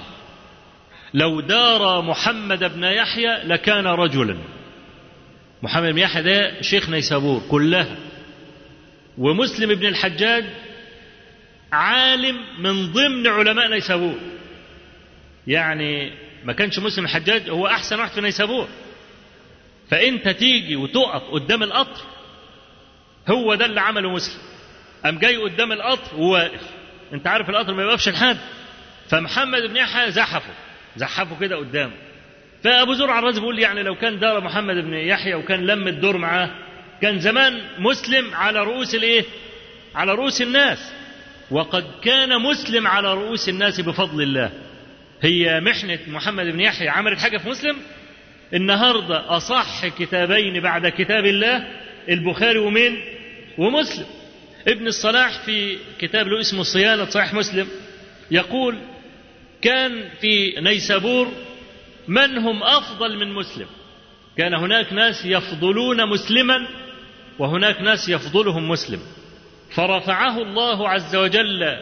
لو دار محمد بن يحيى لكان رجلا. محمد بن يحيى ده شيخ نيسابور كلها، ومسلم بن الحجاج عالم من ضمن علماء نيسابور، يعني ما كانش مسلم الحجاج هو أحسن واحد في نيسابور. فأنت تيجي وتقف قدام القطر، هو ده اللي عمله مسلم، قام جاي قدام القطر وواقف. أنت عارف القطر ما يوقفش لحد، فمحمد بن يحيى زحفه زحفه كده قدامه. فأبو زرعة الرازي بيقول يعني لو كان دار محمد بن يحيى وكان لم الدور معاه كان زمان مسلم على رؤوس الايه؟ على رؤوس الناس. وقد كان مسلم على رؤوس الناس بفضل الله. هي محنة محمد بن يحيى عملت حاجة في مسلم؟ النهاردة أصح كتابين بعد كتاب الله البخاري ومين؟ ومسلم. ابن الصلاح في كتاب له اسمه صيانة صحيح مسلم يقول كان في نيسابور من هم أفضل من مسلم. كان هناك ناس يفضلون مسلما وهناك ناس يفضلهم مسلم، فرفعه الله عز وجل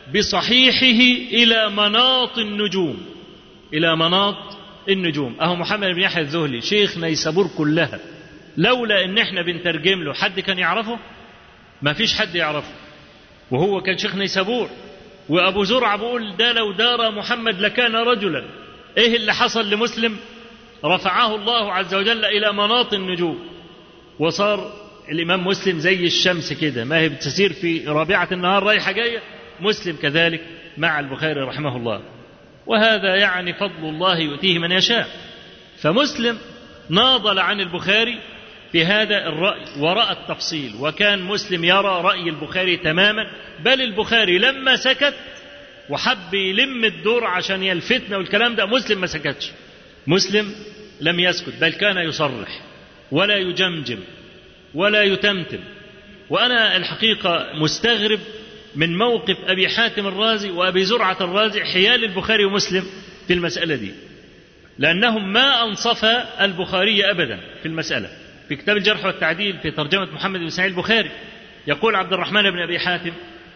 بصحيحه إلى مناط النجوم، إلى مناط النجوم. أهو محمد بن يحيى الذهلي شيخ نيسابور كلها، لولا إن إحنا بنترجم له حد كان يعرفه؟ ما فيش حد يعرفه، وهو كان شيخ نيسابور. وأبو زرعة بيقول ده لو دار محمد لكان رجلا. إيه اللي حصل لمسلم؟ رفعه الله عز وجل إلى مناط النجوم، وصار الإمام مسلم زي الشمس كده، ما هي بتسير في رابعة النهار رايحة جاية، مسلم كذلك مع البخاري رحمه الله. وهذا يعني فضل الله يؤتيه من يشاء. فمسلم ناضل عن البخاري في هذا الرأي ورأى التفصيل، وكان مسلم يرى رأي البخاري تماما، بل البخاري لما سكت وحب يلم الدور عشان يلفتنا والكلام ده مسلم ما سكتش. مسلم لم يسكت، بل كان يصرح ولا يجمجم ولا يتمتم. وأنا الحقيقة مستغرب من موقف أبي حاتم الرازي وأبي زرعة الرازي حيال البخاري ومسلم في المسألة دي، لأنهم ما أنصف البخاري أبدا في المسألة. في كتاب الجرح والتعديل في ترجمة محمد بن إسماعيل البخاري يقول عبد الرحمن بن أبي حاتم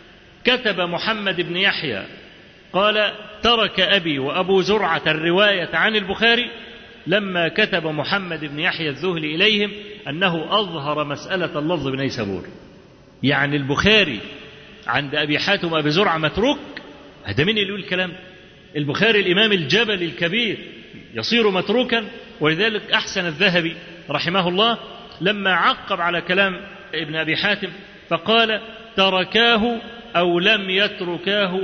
كتب محمد بن يحيى قال ترك أبي وأبو زرعة الرواية عن البخاري لما كتب محمد بن يحيى الذهلي إليهم أنه أظهر مسألة اللفظ بنيسابور. يعني البخاري عند أبي حاتم وأبي زرعة متروك؟ هذا مين اللي يقول الكلام؟ البخاري الإمام الجبل الكبير يصير متروكا؟ ولذلك أحسن الذهبي رحمه الله لما عقب على كلام ابن أبي حاتم فقال تركاه أو لم يتركاه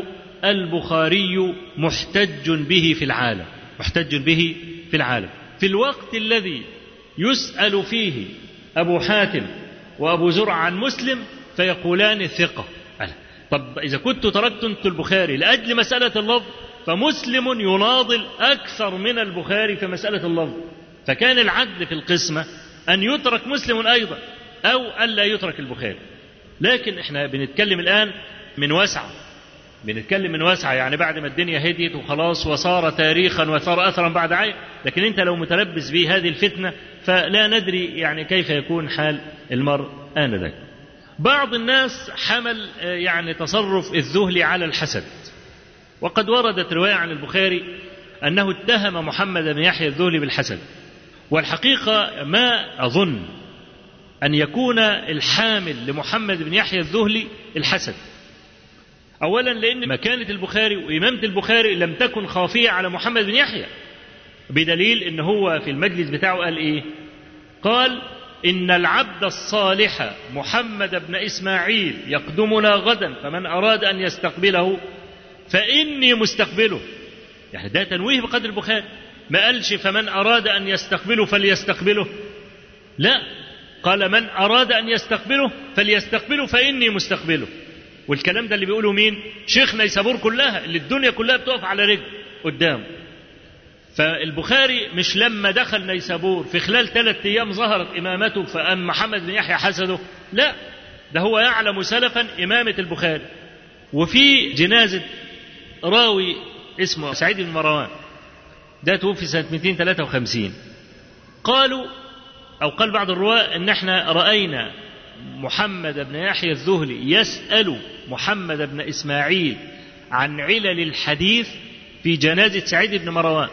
البخاري محتج به في العالم، محتج به في العالم في الوقت الذي يسأل فيه أبو حاتم وأبو زرع عن مسلم فيقولان ثقة. طب إذا كنت تركت أنت البخاري لأجل مسألة اللفظ فمسلم يناضل أكثر من البخاري في مسألة اللفظ، فكان العدل في القسمة أن يترك مسلم أيضا أو ألا يترك البخاري. لكن احنا بنتكلم الآن من وسعة، بنتكلم من وسعة يعني بعد ما الدنيا هديت وخلاص وصار تاريخا وصار أثرا بعد عين. لكن أنت لو متلبس به هذه الفتنة فلا ندري يعني كيف يكون حال المرء آنذاك. بعض الناس حمل يعني تصرف الذهلي على الحسد، وقد وردت رواية عن البخاري أنه اتهم محمد بن يحيى الذهلي بالحسد، والحقيقة ما أظن أن يكون الحامل لمحمد بن يحيى الذهلي الحسد. أولا لأن مكانة البخاري وإمامة البخاري لم تكن خافية على محمد بن يحيى، بدليل أنه هو في المجلس بتاعه قال إيه؟ قال إن العبد الصالح محمد بن إسماعيل يقدمنا غدا فمن أراد أن يستقبله فإني مستقبله. يعني ده تنويه بقدر البخاري، ما قالش فمن أراد أن يستقبله فليستقبله، لا، قال من أراد أن يستقبله فليستقبله فإني مستقبله. والكلام ده اللي بيقوله مين؟ شيخ نيسابور كلها، اللي الدنيا كلها بتقف على رجل قدامه. فالبخاري مش لما دخل نيسابور في خلال ثلاثة أيام ظهرت إمامته فأم محمد بن يحيى حسده، لا، ده هو يعلم سلفا إمامة البخاري. وفي جنازة راوي اسمه سعيد بن مروان، ده توفي سنة مئتين وثلاثة وخمسين، قالوا أو قال بعض الرواة إن احنا رأينا محمد بن يحيى الذهلي يسأل محمد بن إسماعيل عن علل الحديث في جنازة سعيد بن مروان،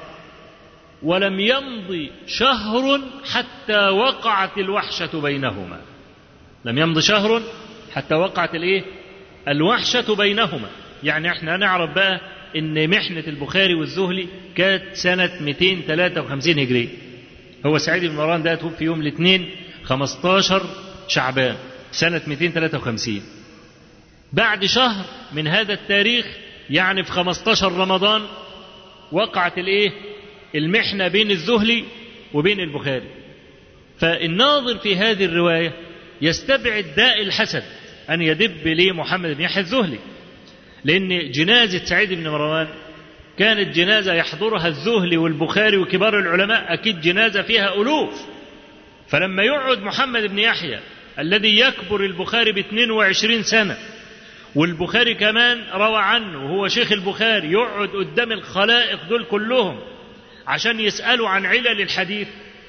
ولم يمضي شهر حتى وقعت الوحشة بينهما. لم يمضي شهر حتى وقعت الايه؟ الوحشة بينهما. يعني احنا نعرف بقى ان محنة البخاري والذهلي كانت سنة مئتين وثلاثة وخمسين هجرية. هو سعيد بن مروان ده توفي يوم الاثنين خمسة عشر شعبان سنة مئتين وثلاثة وخمسين. بعد شهر من هذا التاريخ يعني في خمسة عشر رمضان وقعت الايه؟ المحنة بين الذهلي وبين البخاري. فالناظر في هذه الرواية يستبعد داء الحسد أن يدب ليه محمد بن يحيى الذهلي، لأن جنازة سعيد بن مروان كانت جنازة يحضرها الذهلي والبخاري وكبار العلماء، أكيد جنازة فيها ألوف. فلما يقعد محمد بن يحيى الذي يكبر البخاري باثنين وعشرين سنة، والبخاري كمان روى عنه وهو شيخ البخاري، يقعد قدام الخلائق دول كلهم عشان يسألوا عن علل الحديث،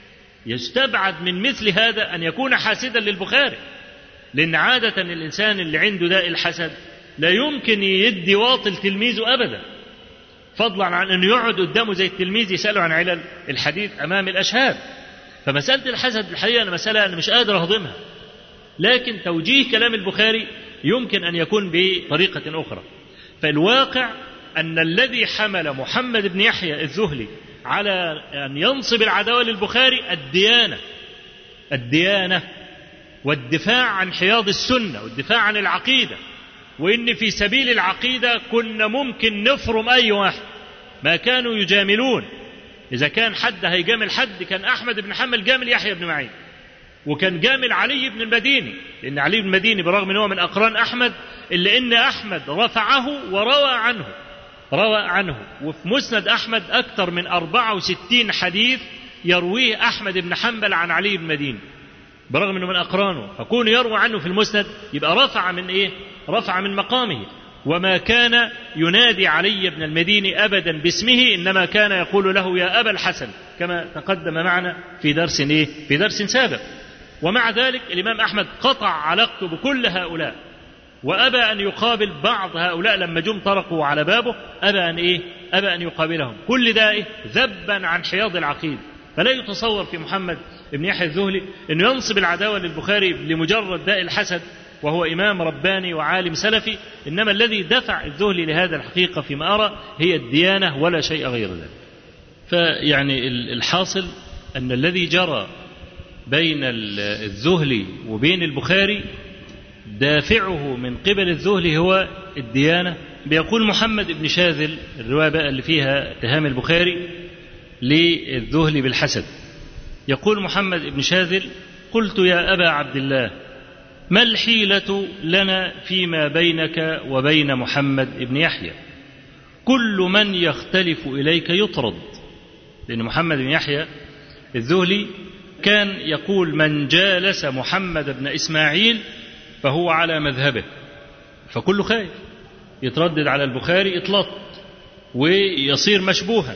يستبعد من مثل هذا أن يكون حاسدا للبخاري. لأن عادة الإنسان اللي عنده داء الحسد لا يمكن يدي واطل تلميذه أبدا، فضلا عن أنه يقعد قدامه زي التلميذ يسأله عن علل الحديث أمام الأشهاد. فمسألة الحسد الحقيقة أنا مسألة أنا مش قادر أهضمها، لكن توجيه كلام البخاري يمكن أن يكون بطريقة أخرى. فالواقع أن الذي حمل محمد بن يحيى الذهلي على أن ينصب العداوة للبخاري الديانة الديانة والدفاع عن حياض السنة والدفاع عن العقيدة، وإن في سبيل العقيدة كنا ممكن نفرم أي واحد، ما كانوا يجاملون. إذا كان حد هيجامل حد كان أحمد بن حنبل جامل يحيى بن معين، وكان جامل علي بن المديني، لأن علي بن المديني برغم أنه من أقران أحمد إلا أن أحمد رفعه وروى عنه روى عنه وفي مسند أحمد أكثر من أربعة وستين حديث يرويه أحمد بن حنبل عن علي بن المديني برغم أنه من أقرانه، فكون يروى عنه في المسند يبقى رفع من إيه؟ رفع من مقامه. وما كان ينادي علي بن المديني أبدا باسمه، إنما كان يقول له يا أبا الحسن، كما تقدم معنا في درس إيه؟ في درس سابق. ومع ذلك الإمام أحمد قطع علاقته بكل هؤلاء، وأبى أن يقابل بعض هؤلاء لما جم طرقوا على بابه، أبى أن إيه؟ أبى أن يقابلهم. كل ده إيه؟ ذبا عن حياض العقيدة. فلا يتصور في محمد بن يحيى الذهلي أنه ينصب العداوة للبخاري لمجرد داء الحسد، وهو إمام رباني وعالم سلفي. إنما الذي دفع الذهلي لهذا الحقيقة فيما أرى هي الديانة ولا شيء غير ذلك. فيعني الحاصل أن الذي جرى بين الذهلي وبين البخاري دافعه من قبل الذهلي هو الديانة. بيقول محمد بن شاذل، الرواية بقى اللي فيها اتهام البخاري للذهلي بالحسد، يقول محمد بن شاذل: قلت يا أبا عبد الله ما الحيلة لنا فيما بينك وبين محمد بن يحيى؟ كل من يختلف إليك يطرد. لأن محمد بن يحيى الذهلي كان يقول من جالس محمد بن إسماعيل فهو على مذهبه، فكله خايف يتردد على البخاري إطلاق ويصير مشبوها.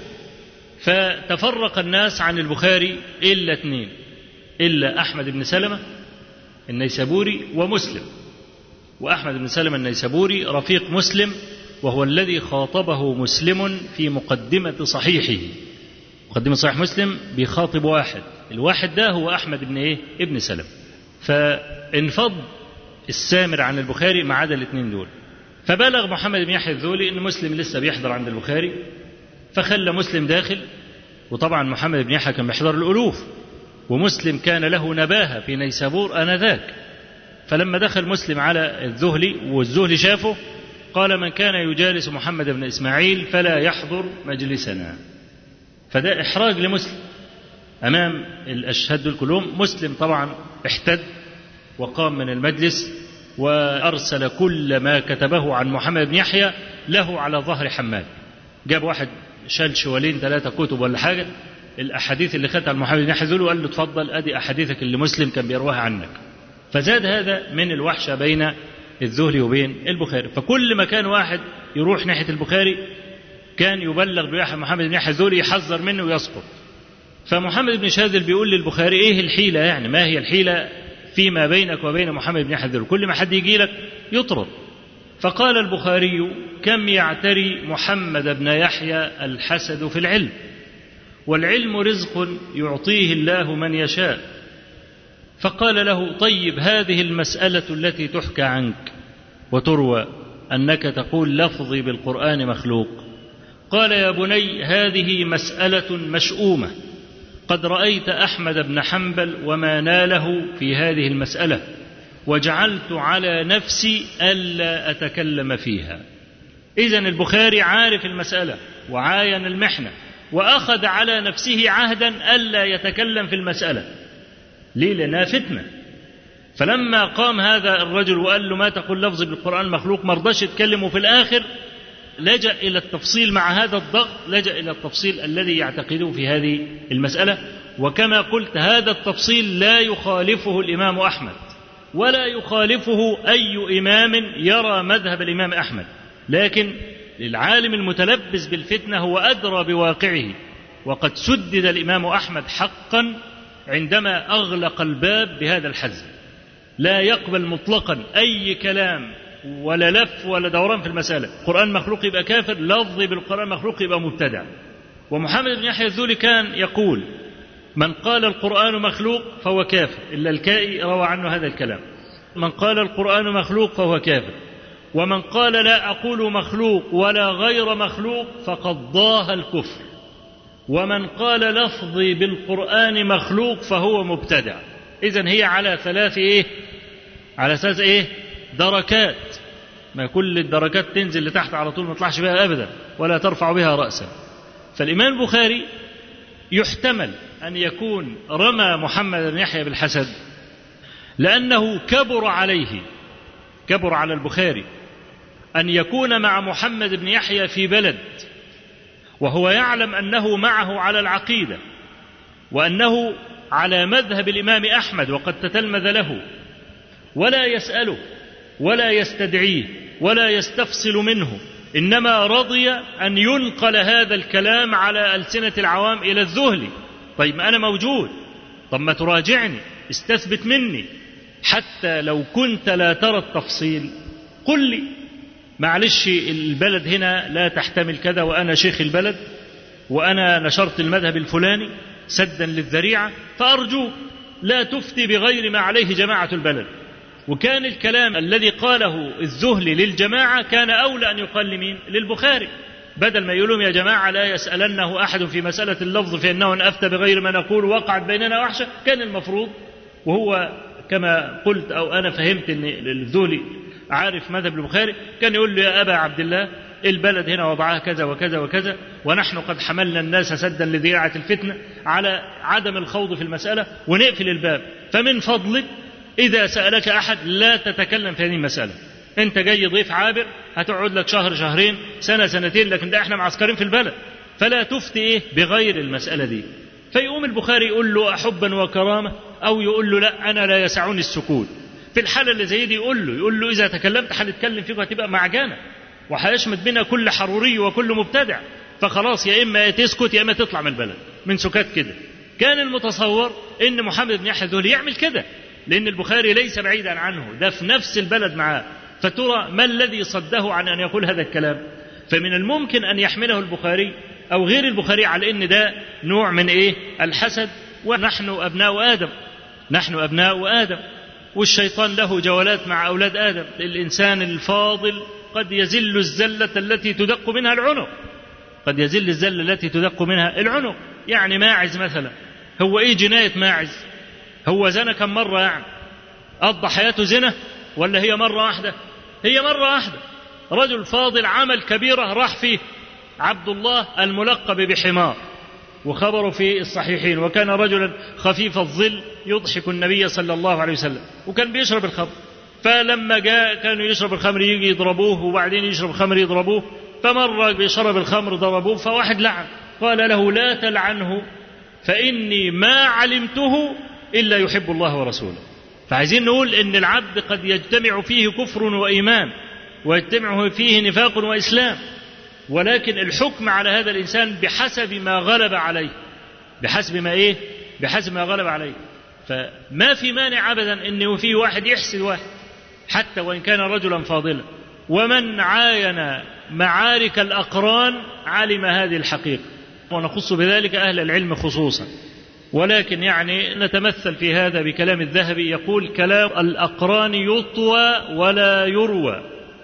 فتفرق الناس عن البخاري إلا اثنين، إلا أحمد بن سلمة النيسابوري ومسلم. وأحمد بن سلمة النيسابوري رفيق مسلم، وهو الذي خاطبه مسلم في مقدمة صحيحه. مقدمة صحيح مسلم بيخاطب واحد، الواحد ده هو أحمد بن إيه؟ ابن سلمة. فانفض السامر عن البخاري ما عدا الاثنين دول. فبلغ محمد بن يحيى الذهلي إن مسلم لسه بيحضر عند البخاري، فخلى مسلم داخل. وطبعا محمد بن يحيى كان بيحضر الألوف، ومسلم كان له نباهة في نيسابور آنذاك. فلما دخل مسلم على الذهلي والذهلي شافه قال من كان يجالس محمد بن إسماعيل فلا يحضر مجلسنا. فده إحراج لمسلم أمام الأشهاد دول كلهم. مسلم طبعا احتد وقام من المجلس وأرسل كل ما كتبه عن محمد بن يحيى له على ظهر حماد. جاب واحد شال شوالين ثلاثة كتب ولا حاجة الأحاديث اللي خدها عن محمد بن يحيى وقال له اتفضل أدي أحاديثك اللي مسلم كان بيرواها عنك. فزاد هذا من الوحشة بين الذهلي وبين البخاري. فكل ما كان واحد يروح ناحية البخاري كان يبلغ بيحيى محمد بن يحيى الذهلي يحذر منه ويسقط. فمحمد بن شاذل بيقول للبخاري ايه الحيلة، يعني ما هي الحيلة فيما بينك وبين محمد بن يحيى الذهلي؟ كل ما حد يجي لك يطرد. فقال البخاري كم يعتري محمد بن يحيى الحسد في العلم، والعلم رزق يعطيه الله من يشاء. فقال له طيب هذه المسألة التي تحكى عنك وتروى أنك تقول لفظي بالقرآن مخلوق. قال يا بني هذه مسألة مشؤومة، قد رأيت أحمد بن حنبل وما ناله في هذه المسألة، وجعلت على نفسي ألا أتكلم فيها. إذن البخاري عارف المسألة وعاين المحنة وأخذ على نفسه عهدا ألا يتكلم في المسألة. ليه؟ لأنها فتنة. فلما قام هذا الرجل وقال له ما تقول لفظي بالقرآن مخلوق مرضاش يتكلم، وفي الآخر لجأ إلى التفصيل مع هذا الضغط، لجأ إلى التفصيل الذي يعتقده في هذه المسألة. وكما قلت هذا التفصيل لا يخالفه الإمام أحمد ولا يخالفه أي إمام يرى مذهب الإمام أحمد، لكن العالم المتلبس بالفتنة هو أدرى بواقعه. وقد سدد الإمام أحمد حقا عندما أغلق الباب بهذا الحزم، لا يقبل مطلقا أي كلام ولا لف ولا دوران في المسألة. القرآن مخلوق يبقى كافر، لفظي بالقرآن مخلوق يبقى مبتدع. ومحمد بن يحيى الذهلي كان يقول من قال القرآن مخلوق فهو كافر، إلا الكائي روى عنه هذا الكلام. من قال القرآن مخلوق فهو كافر، ومن قال لا أقول مخلوق ولا غير مخلوق فقد ضاه الكفر، ومن قال لفظي بالقرآن مخلوق فهو مبتدع. إذن هي على ثلاث إيه؟ على أساس إيه؟ دركات. ما كل الدركات تنزل لتحت على طول ما تطلعش بها أبدا ولا ترفع بها رأسا. فالإمام البخاري يحتمل أن يكون رمى محمد بن يحيى بالحسد لأنه كبر عليه، كبر على البخاري أن يكون مع محمد بن يحيى في بلد وهو يعلم أنه معه على العقيدة وأنه على مذهب الإمام أحمد وقد تتلمذ له، ولا يسأله ولا يستدعيه ولا يستفصل منه، إنما رضي أن ينقل هذا الكلام على ألسنة العوام إلى الذهلي. طيب أنا موجود، طب ما تراجعني، استثبت مني، حتى لو كنت لا ترى التفصيل قل لي معلش البلد هنا لا تحتمل كذا، وأنا شيخ البلد وأنا نشرت المذهب الفلاني سدا للذريعة، فأرجو لا تفتي بغير ما عليه جماعة البلد. وكان الكلام الذي قاله الذهلي للجماعة كان أولى أن يقال لمين؟ للبخاري، بدل ما يقولون يا جماعة لا يسألنه أحد في مسألة اللفظ فإنه إن أفتى بغير ما نقول وقعت بيننا وحشة. كان المفروض، وهو كما قلت أو أنا فهمت أن الذهلي عارف مذهب البخاري، كان يقول له يا أبا عبد الله البلد هنا وضعها كذا وكذا وكذا، ونحن قد حملنا الناس سدا لذريعة الفتنة على عدم الخوض في المسألة ونقفل الباب، فمن فضلك إذا سألك أحد لا تتكلم في هذه المسألة، أنت جاي ضيف عابر هتقعد لك شهر شهرين سنة سنتين، لكن ده احنا معسكرين في البلد، فلا تفتي إيه بغير المسألة دي. فيقوم البخاري يقول له أحبا وكرامة، أو يقول له لا أنا لا يسعني السكوت. في الحالة اللي زي دي يقول له يقول له إذا تكلمت هنتكلم فيك وهتبقى معجنة وهيشمت بنا كل حروري وكل مبتدع، فخلاص يا إما تسكت يا إما تطلع من البلد من سكات كده. كان المتصور إن محمد بن يحيى الذهلي يعمل كده، لأن البخاري ليس بعيدا عنه، ده في نفس البلد معاه، فترى ما الذي صده عن أن يقول هذا الكلام؟ فمن الممكن أن يحمله البخاري أو غير البخاري على إن ده نوع من إيه؟ الحسد، ونحن أبناء آدم، نحن أبناء آدم، والشيطان له جولات مع أولاد آدم. الإنسان الفاضل قد يزل الزلة التي تدق منها العنق، قد يزل الزلة التي تدق منها العنق. يعني ماعز مثلا، هو إيه جناية ماعز؟ هو زنى كم مرة يعني؟ قضى حياته زنا ولا هي مرة واحدة؟ هي مرة واحدة. رجل فاضل عمل كبيرة راح فيه، عبد الله الملقب بحمار، وخبره في الصحيحين، وكان رجلا خفيف الظل يضحك النبي صلى الله عليه وسلم، وكان بيشرب الخمر. فلما جاء كانوا يشرب الخمر يجي يضربوه، وبعدين يشرب الخمر يضربوه. فمرة بيشرب الخمر ضربوه، فواحد لعن قال له لا تلعنه فإني ما علمته إلا يحب الله ورسوله. فعايزين نقول إن العبد قد يجتمع فيه كفر وإيمان، ويجتمع فيه نفاق وإسلام، ولكن الحكم على هذا الإنسان بحسب ما غلب عليه، بحسب ما إيه؟ بحسب ما غلب عليه. فما في مانع أبدا إنه فيه واحد يحسد واحد حتى وإن كان رجلا فاضلا، ومن عاين معارك الأقران علم هذه الحقيقة، ونخص بذلك أهل العلم خصوصا. ولكن يعني نتمثل في هذا بكلام الذهبي، يقول كلام الأقران يطوى ولا يروى،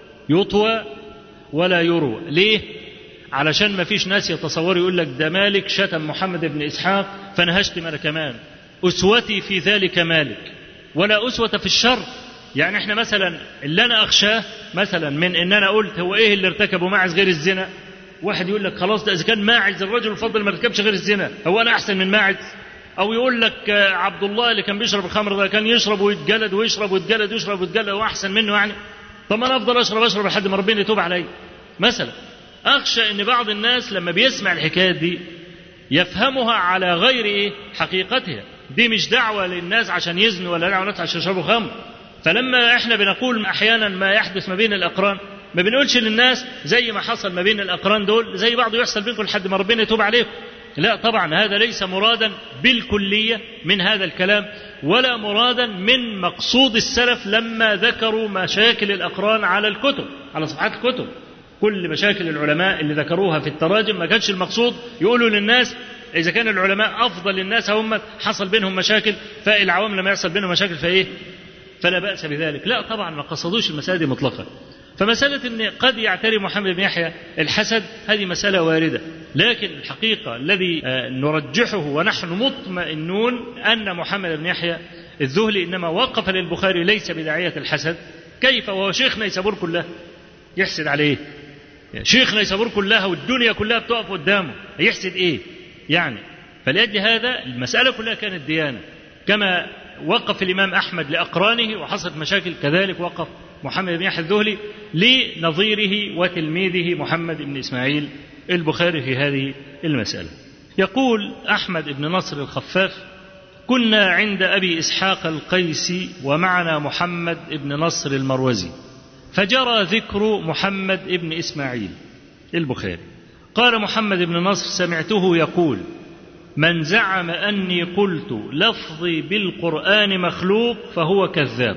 يطوى ولا يروى. ليه؟ علشان ما فيش ناس يتصور يقول لك ده مالك شتم محمد بن إسحاق فأنا هشتم أنا كمان. أسوتي في ذلك مالك، ولا أسوة في الشر. يعني احنا مثلا اللي أنا أخشاه مثلا من إن أنا قلت هو إيه اللي ارتكبه ماعز غير الزنا، واحد يقول لك خلاص ده إذا كان ماعز الرجل الفضل ما ارتكبش غير الزنا هو أنا أحسن من ماعز، أو يقول لك عبد الله اللي كان بيشرب الخمر ده كان يشرب ويتجلد ويشرب ويتجلد ويشرب ويتجلد وأحسن منه يعني، طب ما أنا أفضل أشرب أشرب لحد ما ربنا يتوب علي مثلا. أخشى إن بعض الناس لما بيسمع الحكايات دي يفهمها على غير إيه؟ حقيقتها. دي مش دعوة للناس عشان يزنوا ولا دعوة للناس عشان يشربوا خمر. فلما إحنا بنقول أحيانا ما يحدث ما بين الأقران، ما بنقولش للناس زي ما حصل ما بين الأقران دول زي بعض يحصل بينكم لحد ما ربنا يتوب عليكم. لا طبعا، هذا ليس مرادا بالكلية من هذا الكلام، ولا مرادا من مقصود السلف لما ذكروا مشاكل الأقران على الكتب، على صفحات الكتب. كل مشاكل العلماء اللي ذكروها في التراجم ما كانش المقصود يقولوا للناس إذا كان العلماء أفضل الناس هم حصل بينهم مشاكل، فالعوام لما يحصل بينهم مشاكل فإيه فلا بأس بذلك. لا طبعا، ما قصدوش المسألة دي مطلقا. فمسألة أن قد يعتري محمد بن يحيى الحسد هذه مسألة واردة، لكن الحقيقة الذي نرجحه ونحن مطمئنون أن محمد بن يحيى الذهلي إنما وقف للبخاري ليس بداعية الحسد. كيف وهو شيخ نيسابور كلها يحسد عليه؟ يعني شيخ نيسابور كلها والدنيا كلها بتقف قدامه، يحسد إيه يعني؟ فلأجل هذا المسألة كلها كانت ديانة. كما وقف الإمام أحمد لأقرانه وحصلت مشاكل، كذلك وقف محمد بن يحيى الذهلي لنظيره وتلميذه محمد بن إسماعيل البخاري في هذه المسألة. يقول أحمد بن نصر الخفاف: كنا عند أبي إسحاق القيسي ومعنا محمد بن نصر المروزي، فجرى ذكر محمد بن إسماعيل البخاري. قال محمد بن نصر: سمعته يقول: من زعم أني قلت لفظي بالقرآن مخلوق فهو كذاب،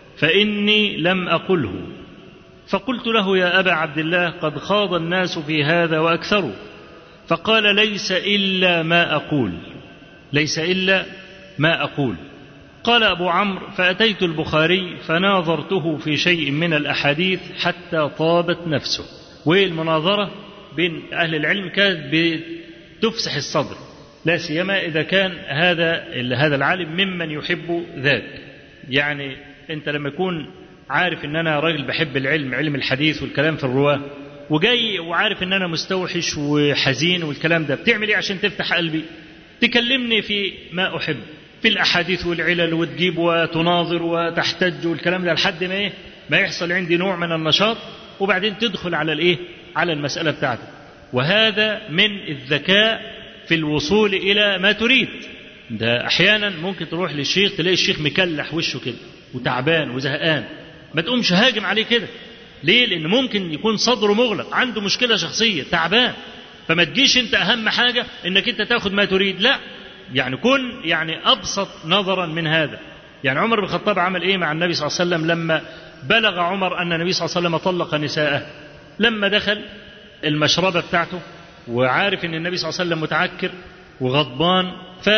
فإني لم أقله. فقلت له: يا أبا عبد الله، قد خاض الناس في هذا وأكثروا. فقال: ليس إلا ما أقول، ليس إلا ما أقول. قال أبو عمرو: فأتيت البخاري فناظرته في شيء من الأحاديث حتى طابت نفسه. والمناظرة بين أهل العلم كانت بتفسح الصدر، لا سيما إذا كان هذا هذا العالم ممن يحب ذاك. يعني أنت لما يكون عارف أن أنا راجل بحب العلم، علم الحديث والكلام في الرواة، وجاي وعارف أن أنا مستوحش وحزين والكلام ده، بتعمل إيه عشان تفتح قلبي؟ تكلمني في ما أحب، في الأحاديث والعلل، وتجيب وتناظر وتحتج والكلام ده لحد ما إيه؟ ما يحصل عندي نوع من النشاط وبعدين تدخل على الإيه؟ على المسألة بتاعتك. وهذا من الذكاء في الوصول إلى ما تريد. ده أحيانا ممكن تروح للشيخ تلاقي الشيخ مكلح وشه كده وتعبان وزهقان، ما تقومش هاجم عليه كده. ليه؟ لأن ممكن يكون صدره مغلق، عنده مشكلة شخصية، تعبان. فما تجيش أنت أهم حاجة أنك أنت تاخد ما تريد، لا، يعني كن يعني أبسط نظرا من هذا. يعني عمر بن الخطاب عمل إيه مع النبي صلى الله عليه وسلم لما بلغ عمر أن النبي صلى الله عليه وسلم طلق نساءه؟ لما دخل المشربة بتاعته وعارف أن النبي صلى الله عليه وسلم متعكر وغضبان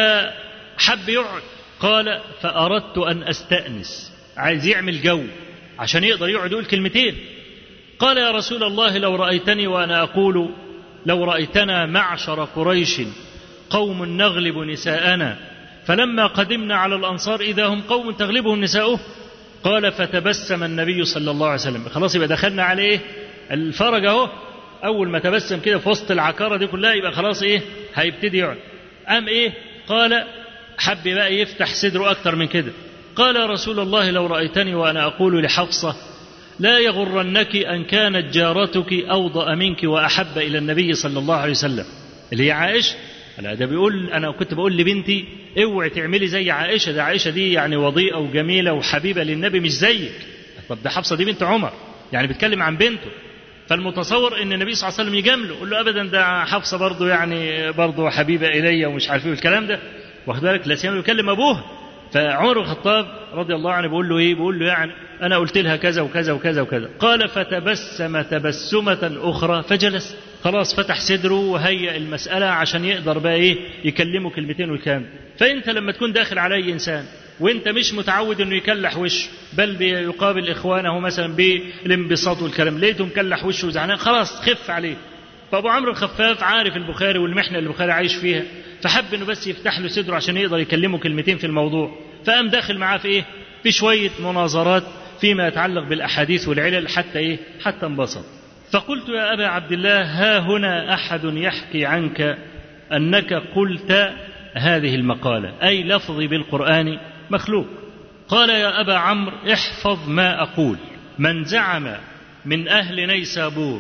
فحب يقعد، قال فأردت أن أستأنس، عايز يعمل جو عشان يقدر يقعد يقول كلمتين. قال يا رسول الله لو رأيتني وأنا أقول لو رأيتنا معشر قريش قوم نغلب نساءنا فلما قدمنا على الأنصار إذا هم قوم تغلبهم نساؤه. قال فتبسم النبي صلى الله عليه وسلم. خلاص يبقى دخلنا عليه الفرج اهو، أول ما تبسم كده في وسط العكارة دي كلها يبقى خلاص إيه هيبتدي يقعد. قام إيه؟ قال حب بقى يفتح صدره أكتر من كده. قال يا رسول الله لو رأيتني وأنا أقول لحفصة لا يغرنك أن كانت جارتك أوضأ منك وأحب إلى النبي صلى الله عليه وسلم، اللي هي عائشة. أنا ده بيقول أنا كنت بقول لبنتي اوعي تعملي زي عائشة، ده عائشة دي يعني وضيئة وجميلة وحبيبة للنبي مش زيك. طب ده حفصة دي بنت عمر، يعني بيتكلم عن بنته. فالمتصور ان النبي صلى الله عليه وسلم يجامله يقول له ابدا ده حفصة برضه يعني برضه حبيبة الي ومش عارف ايه الكلام ده، واخد بالك؟ لا سيما يكلم ابوها. فعمر بن الخطاب رضي الله عنه بيقول له ايه؟ بيقول له يعني انا قلت لها كذا وكذا وكذا وكذا. قال فتبسم تبسمة اخرى فجلس. خلاص فتح صدره وهيئ المسألة عشان يقدر بقى ايه يكلمه كلمتين والكلام. فانت لما تكون داخل علي انسان وانت مش متعود انه يكلح وشه، بل بيقابل اخوانه مثلا بالانبساط والكلام، لقيته مكلح وشه وزعلان، خلاص خف عليه. فابو عمرو الخفاف عارف البخاري والمحنه اللي البخاري عايش فيها، فحب انه بس يفتح له صدره عشان يقدر يكلمه كلمتين في الموضوع. فقام داخل معاه في ايه؟ في شويه مناظرات فيما يتعلق بالاحاديث والعلل حتى ايه؟ حتى انبسط. فقلت يا ابا عبد الله ها هنا احد يحكي عنك انك قلت هذه المقاله، اي لفظي بالقران مخلوق. قال يا أبا عمرو احفظ ما أقول. من زعم من أهل نيسابور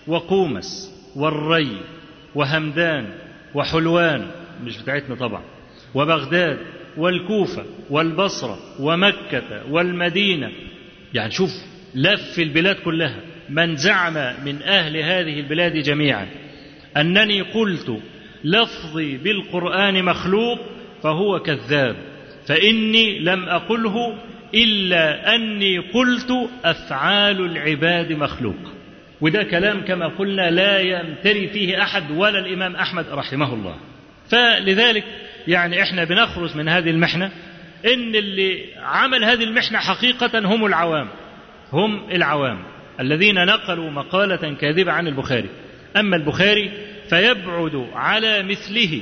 وقومس والري وهمدان وحلوان، مش بتاعتنا طبعا، وبغداد والكوفة والبصرة ومكة والمدينة، يعني شوف لف البلاد كلها. من زعم من أهل هذه البلاد جميعا أنني قلت لفظي بالقرآن مخلوق فهو كذاب، فإني لم أقله إلا أني قلت أفعال العباد مخلوق. وده كلام كما قلنا لا يمتري فيه أحد ولا الإمام أحمد رحمه الله. فلذلك يعني إحنا بنخرج من هذه المحنة إن اللي عمل هذه المحنة حقيقة هم العوام، هم العوام الذين نقلوا مقالة كاذبة عن البخاري. أما البخاري فيبعد على مثله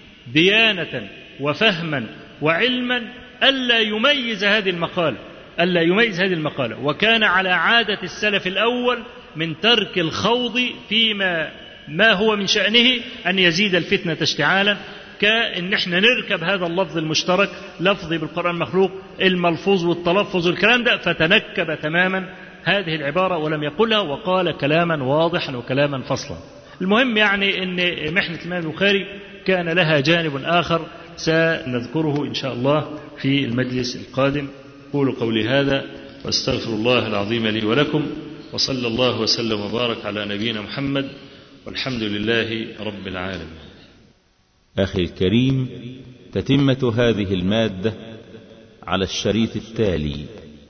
ديانة وفهما وعلما ألا يميز هذه المقالة، ألا يميز هذه المقالة. وكان على عادة السلف الأول من ترك الخوض فيما ما هو من شأنه أن يزيد الفتنة اشتعالا، كأن احنا نركب هذا اللفظ المشترك، لفظي بالقرآن مخلوق، الملفوظ والتلفظ والكلام ده، فتنكب تماما هذه العبارة ولم يقلها، وقال كلاما واضحا وكلاما فصلا. المهم يعني أن محنة الإمام البخاري كان لها جانب آخر سنذكره إن شاء الله في المجلس القادم. قولوا قولي هذا واستغفر الله العظيم لي ولكم، وصلى الله وسلم وبارك على نبينا محمد، والحمد لله رب العالمين. أخي الكريم، تتمة هذه المادة على الشريط التالي.